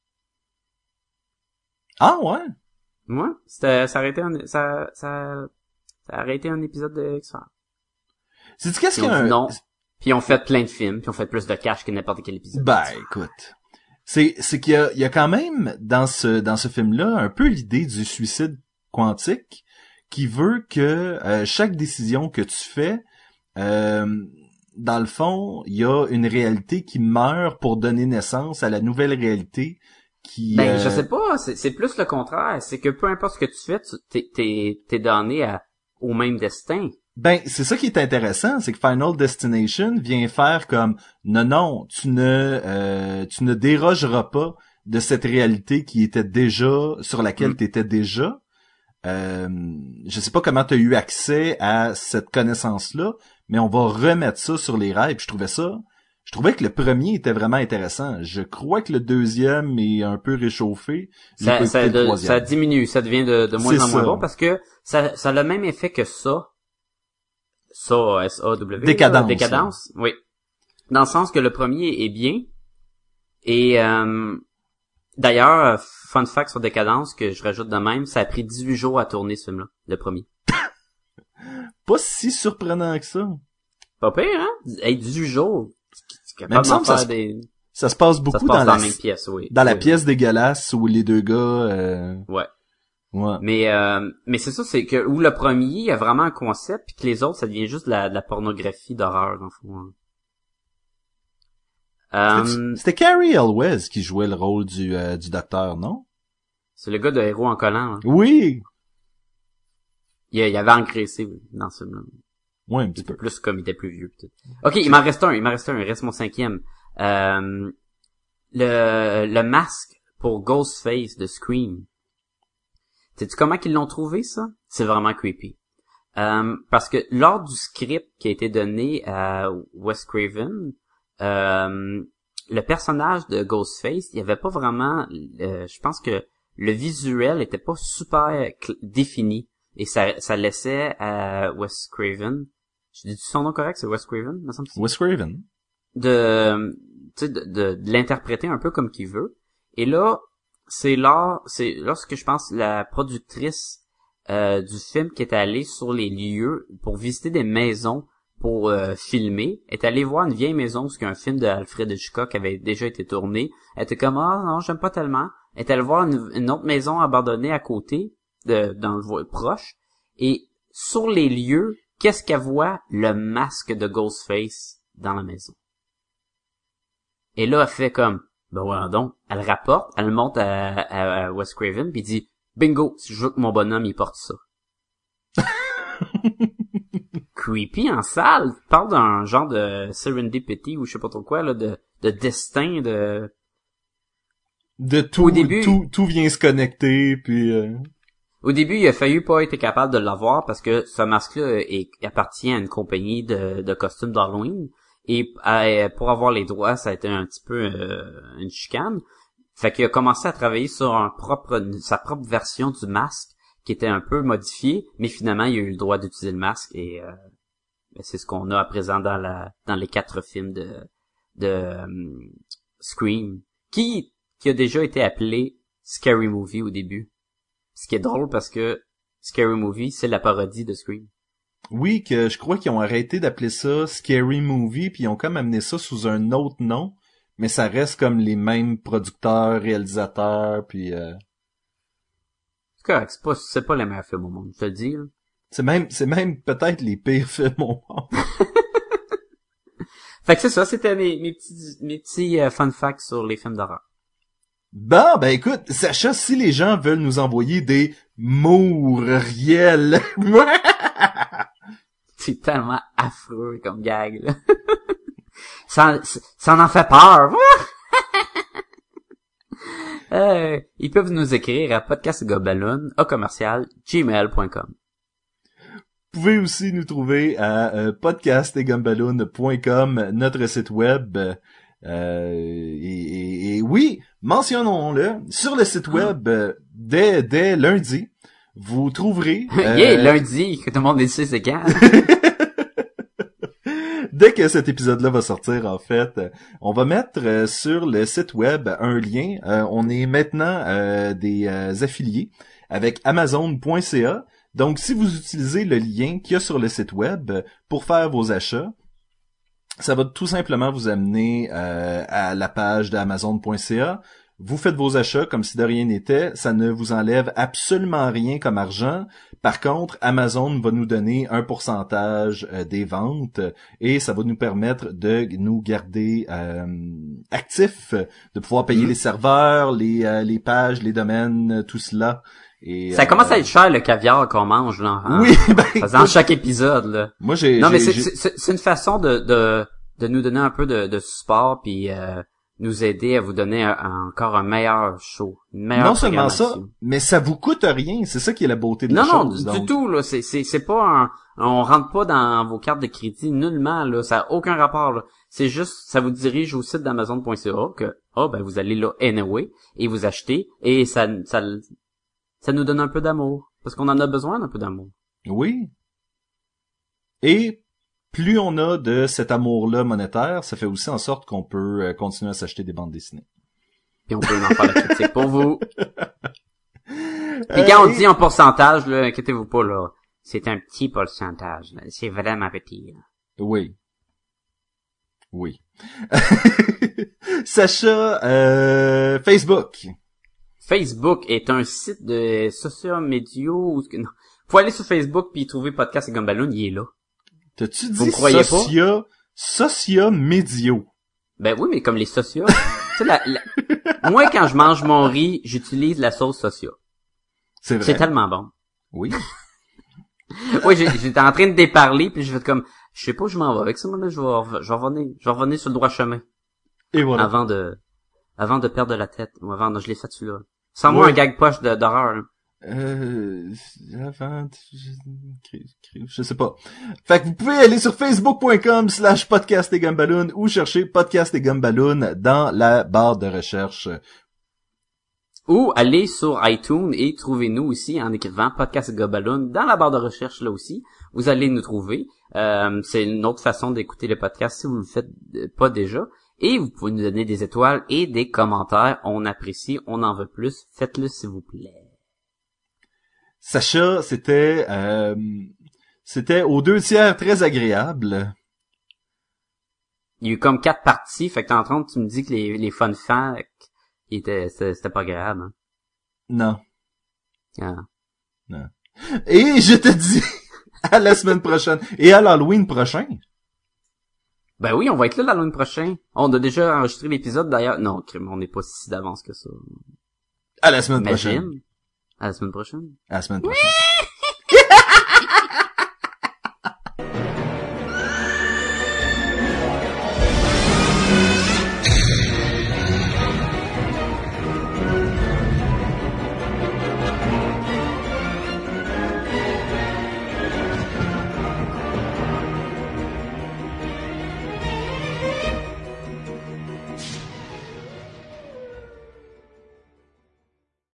Ah, ouais? Ouais, c'était, ça aurait été un, ça, ça, ça aurait été un épisode de X-Files. Sais-tu qu'est-ce Ils qu'il y ont a dit un... non. Puis ils ont fait plein de films, puis ils ont fait plus de cash que n'importe quel épisode. Ben, écoute. C'est, c'est qu'il y a, il y a quand même, dans ce, dans ce film-là, un peu l'idée du suicide quantique, qui veut que euh, chaque décision que tu fais, euh, dans le fond, il y a une réalité qui meurt pour donner naissance à la nouvelle réalité qui... Ben, euh, je sais pas, c'est, c'est plus le contraire. C'est que peu importe ce que tu fais, tu, t'es, t'es, t'es donné à, au même destin. Ben, c'est ça qui est intéressant, c'est que Final Destination vient faire comme non, non, tu ne euh, tu ne dérogeras pas de cette réalité qui était déjà sur laquelle Mm. tu étais déjà. Euh, je sais pas comment tu as eu accès à cette connaissance-là, mais on va remettre ça sur les rails. Puis je trouvais ça, je trouvais que le premier était vraiment intéressant. Je crois que le deuxième est un peu réchauffé. J'ai Ça, pas ça, écouté le de- troisième. ça diminue, ça devient de, de moins C'est en moins ça. bon parce que ça, ça a le même effet que ça. Ça, S A W. Décadence, là, Décadence, oui. Dans le sens que le premier est bien. Et euh, d'ailleurs, fun fact sur Décadence que je rajoute de même, ça a pris dix-huit jours à tourner ce film-là, le premier. Pas si surprenant que ça. Pas pire, hein? Hey, dix-huit jours. Tu es Mais il me capable semble d'en que ça faire se- des... Ça se passe Ça beaucoup se passe dans, dans la la même pièce, oui. dans la Oui. pièce dégueulasse où les deux gars euh, Ouais. ouais. Mais euh, mais c'est ça, c'est que où le premier il y a vraiment un concept, puis que les autres ça devient juste de la, de la pornographie d'horreur dans le fond. hein. Euh, C'était- C'était Carrie Elwes qui jouait le rôle du euh, du docteur, non? c'est le gars de Héros en collant. Là. Oui. Il, il avait engraissé dans ce film-là. Ouais, un petit Un peu peu. plus comme il était plus vieux. Peut-être. Ok, il m'en reste un, il m'en reste un, il reste mon cinquième. Euh, le le masque pour Ghostface de Scream. Sais-tu comment qu'ils l'ont trouvé, ça? C'est vraiment creepy. Euh, parce que lors du script qui a été donné à Wes Craven, euh, le personnage de Ghostface, il y avait pas vraiment... euh, je pense que le visuel était pas super cl- défini. Et ça, ça laissait à Wes Craven... Je dis son nom correct, c'est Wes Craven, me semble. Wes Craven. De, tu sais, de, de, de l'interpréter un peu comme qu'il veut. Et là, c'est là, c'est lorsque je pense la productrice euh, du film qui est allée sur les lieux pour visiter des maisons pour euh, filmer, est allée voir une vieille maison parce qu'un film de Alfred Hitchcock avait déjà été tourné. Elle était comme ah non j'aime pas tellement. Elle est allée voir une, une autre maison abandonnée à côté, de, dans le vo- proche. Et sur les lieux, qu'est-ce qu'elle voit? Le masque de Ghostface dans la maison. Et là elle fait comme ben voilà donc, elle rapporte, elle monte à, à, à Wes Craven puis dit bingo, si je veux que mon bonhomme il porte ça. Creepy en salle, parle d'un genre de serendipity ou je sais pas trop quoi là, de de destin de De tout, Au début- tout, tout vient se connecter, puis... euh, Au début, il a failli pas être capable de l'avoir parce que ce masque-là est, appartient à une compagnie de, de costumes d'Halloween. Et euh, pour avoir les droits, ça a été un petit peu euh, une chicane. Fait qu'il a commencé à travailler sur un propre, sa propre version du masque qui était un peu modifié, mais finalement, il a eu le droit d'utiliser le masque et euh, c'est ce qu'on a à présent dans la dans les quatre films de de um, Scream, qui qui a déjà été appelé Scary Movie au début. Ce qui est drôle parce que Scary Movie, c'est la parodie de Scream. Oui, que je crois qu'ils ont arrêté d'appeler ça Scary Movie, puis ils ont comme amené ça sous un autre nom, mais ça reste comme les mêmes producteurs, réalisateurs, puis... Euh... C'est correct, c'est pas, c'est pas les meilleurs films au monde, je te le dis. Là. C'est même, c'est même peut-être les pires films au monde. Fait que c'est ça, c'était mes, mes petits, mes petits euh, fun facts sur les films d'horreur. Bon, ben écoute, Sacha, si les gens veulent nous envoyer des mourriels... C'est tellement affreux comme gag, là. ça, ça en fait peur. euh, ils peuvent nous écrire à podcastgobaloon, au commercial, gmail point com. pouvez aussi nous trouver à euh, podcast et gumballoon point com, notre site web. Euh, et, et, et oui, mentionnons-le, sur le site web, euh, dès, dès lundi, vous trouverez... Euh, yeah, lundi, que tout le monde le sait c'est quand. Dès que cet épisode-là va sortir, en fait, on va mettre euh, sur le site web un lien. Euh, on est maintenant euh, des euh, affiliés avec amazon point c a. Donc, si vous utilisez le lien qu'il y a sur le site web pour faire vos achats, ça va tout simplement vous amener euh, à la page d'amazon point c a. Vous faites vos achats comme si de rien n'était. Ça ne vous enlève absolument rien comme argent. Par contre, Amazon va nous donner un pourcentage euh, des ventes et ça va nous permettre de nous garder euh, actifs, de pouvoir payer mmh. les serveurs, les, euh, les pages, les domaines, tout cela. Et, ça euh, commence à être cher le caviar qu'on mange là. En, oui, ben, faisant écoute, chaque épisode là. Moi j'ai. Non j'ai, mais c'est, j'ai... c'est c'est une façon de de de nous donner un peu de, de support puis euh, nous aider à vous donner un, un, encore un meilleur show, une meilleure non seulement ça, mais ça vous coûte rien. C'est ça qui est la beauté de non, la non, chose. Non, donc. du tout là. C'est c'est c'est pas un, on rentre pas dans vos cartes de crédit nullement là. Ça a aucun rapport là. C'est juste, ça vous dirige au site d'amazon point c a que ah oh, ben vous allez là anyway et vous achetez et ça ça ça nous donne un peu d'amour parce qu'on en a besoin d'un peu d'amour. Oui. Et plus on a de cet amour-là monétaire, ça fait aussi en sorte qu'on peut euh, continuer à s'acheter des bandes dessinées. Puis on peut en faire la critique pour vous. Puis quand on dit en pourcentage, là, inquiétez-vous pas, là, c'est un petit pourcentage. Là. C'est vraiment petit. Là. Oui. Oui. Sacha, euh, Facebook. Facebook est un site de sociomédiaux. Non. Faut aller sur Facebook puis trouver Podcast et Gumballoon, il est là. T'as-tu Vous dit croyez socia, pas? socia-médio? Ben oui, mais comme les socios. Tu sais, la, la... moi, quand je mange mon riz, j'utilise la sauce socia. C'est vrai. C'est tellement bon. Oui. Oui, j'étais en train de déparler, puis je fais comme, je sais pas où je m'en vais avec ça, moi, là, je vais, je vais revenir, je vais revenir sur le droit chemin. Et voilà. Avant de, avant de perdre la tête, ou avant, non, je l'ai fait celui-là. Sans ouais. moi un gag poche de, d'horreur, là. Euh, avant, je, je sais pas. Fait que vous pouvez aller sur facebook point com slash podcast et gumballoon ou chercher podcast et gumballoon dans la barre de recherche. Ou allez sur iTunes et trouvez-nous aussi en écrivant podcast et gumballoon dans la barre de recherche là aussi. Vous allez nous trouver. Euh, c'est une autre façon d'écouter le podcast si vous le faites pas déjà. Et vous pouvez nous donner des étoiles et des commentaires. On apprécie, on en veut plus. Faites-le s'il vous plaît. Sacha, c'était euh, c'était aux deux tiers très agréable. Il y a eu comme quatre parties, fait que t'es en train de tu me dis que les, les fun facts étaient, c'était, c'était pas agréable. Hein? Non. Ah. Non. Et je te dis à la semaine prochaine et à l'Halloween prochain. Ben oui, on va être là l'Halloween prochain. On a déjà enregistré l'épisode d'ailleurs. Non, on n'est pas si d'avance que ça. À la semaine Imagine. prochaine. À la semaine prochaine. À la semaine prochaine.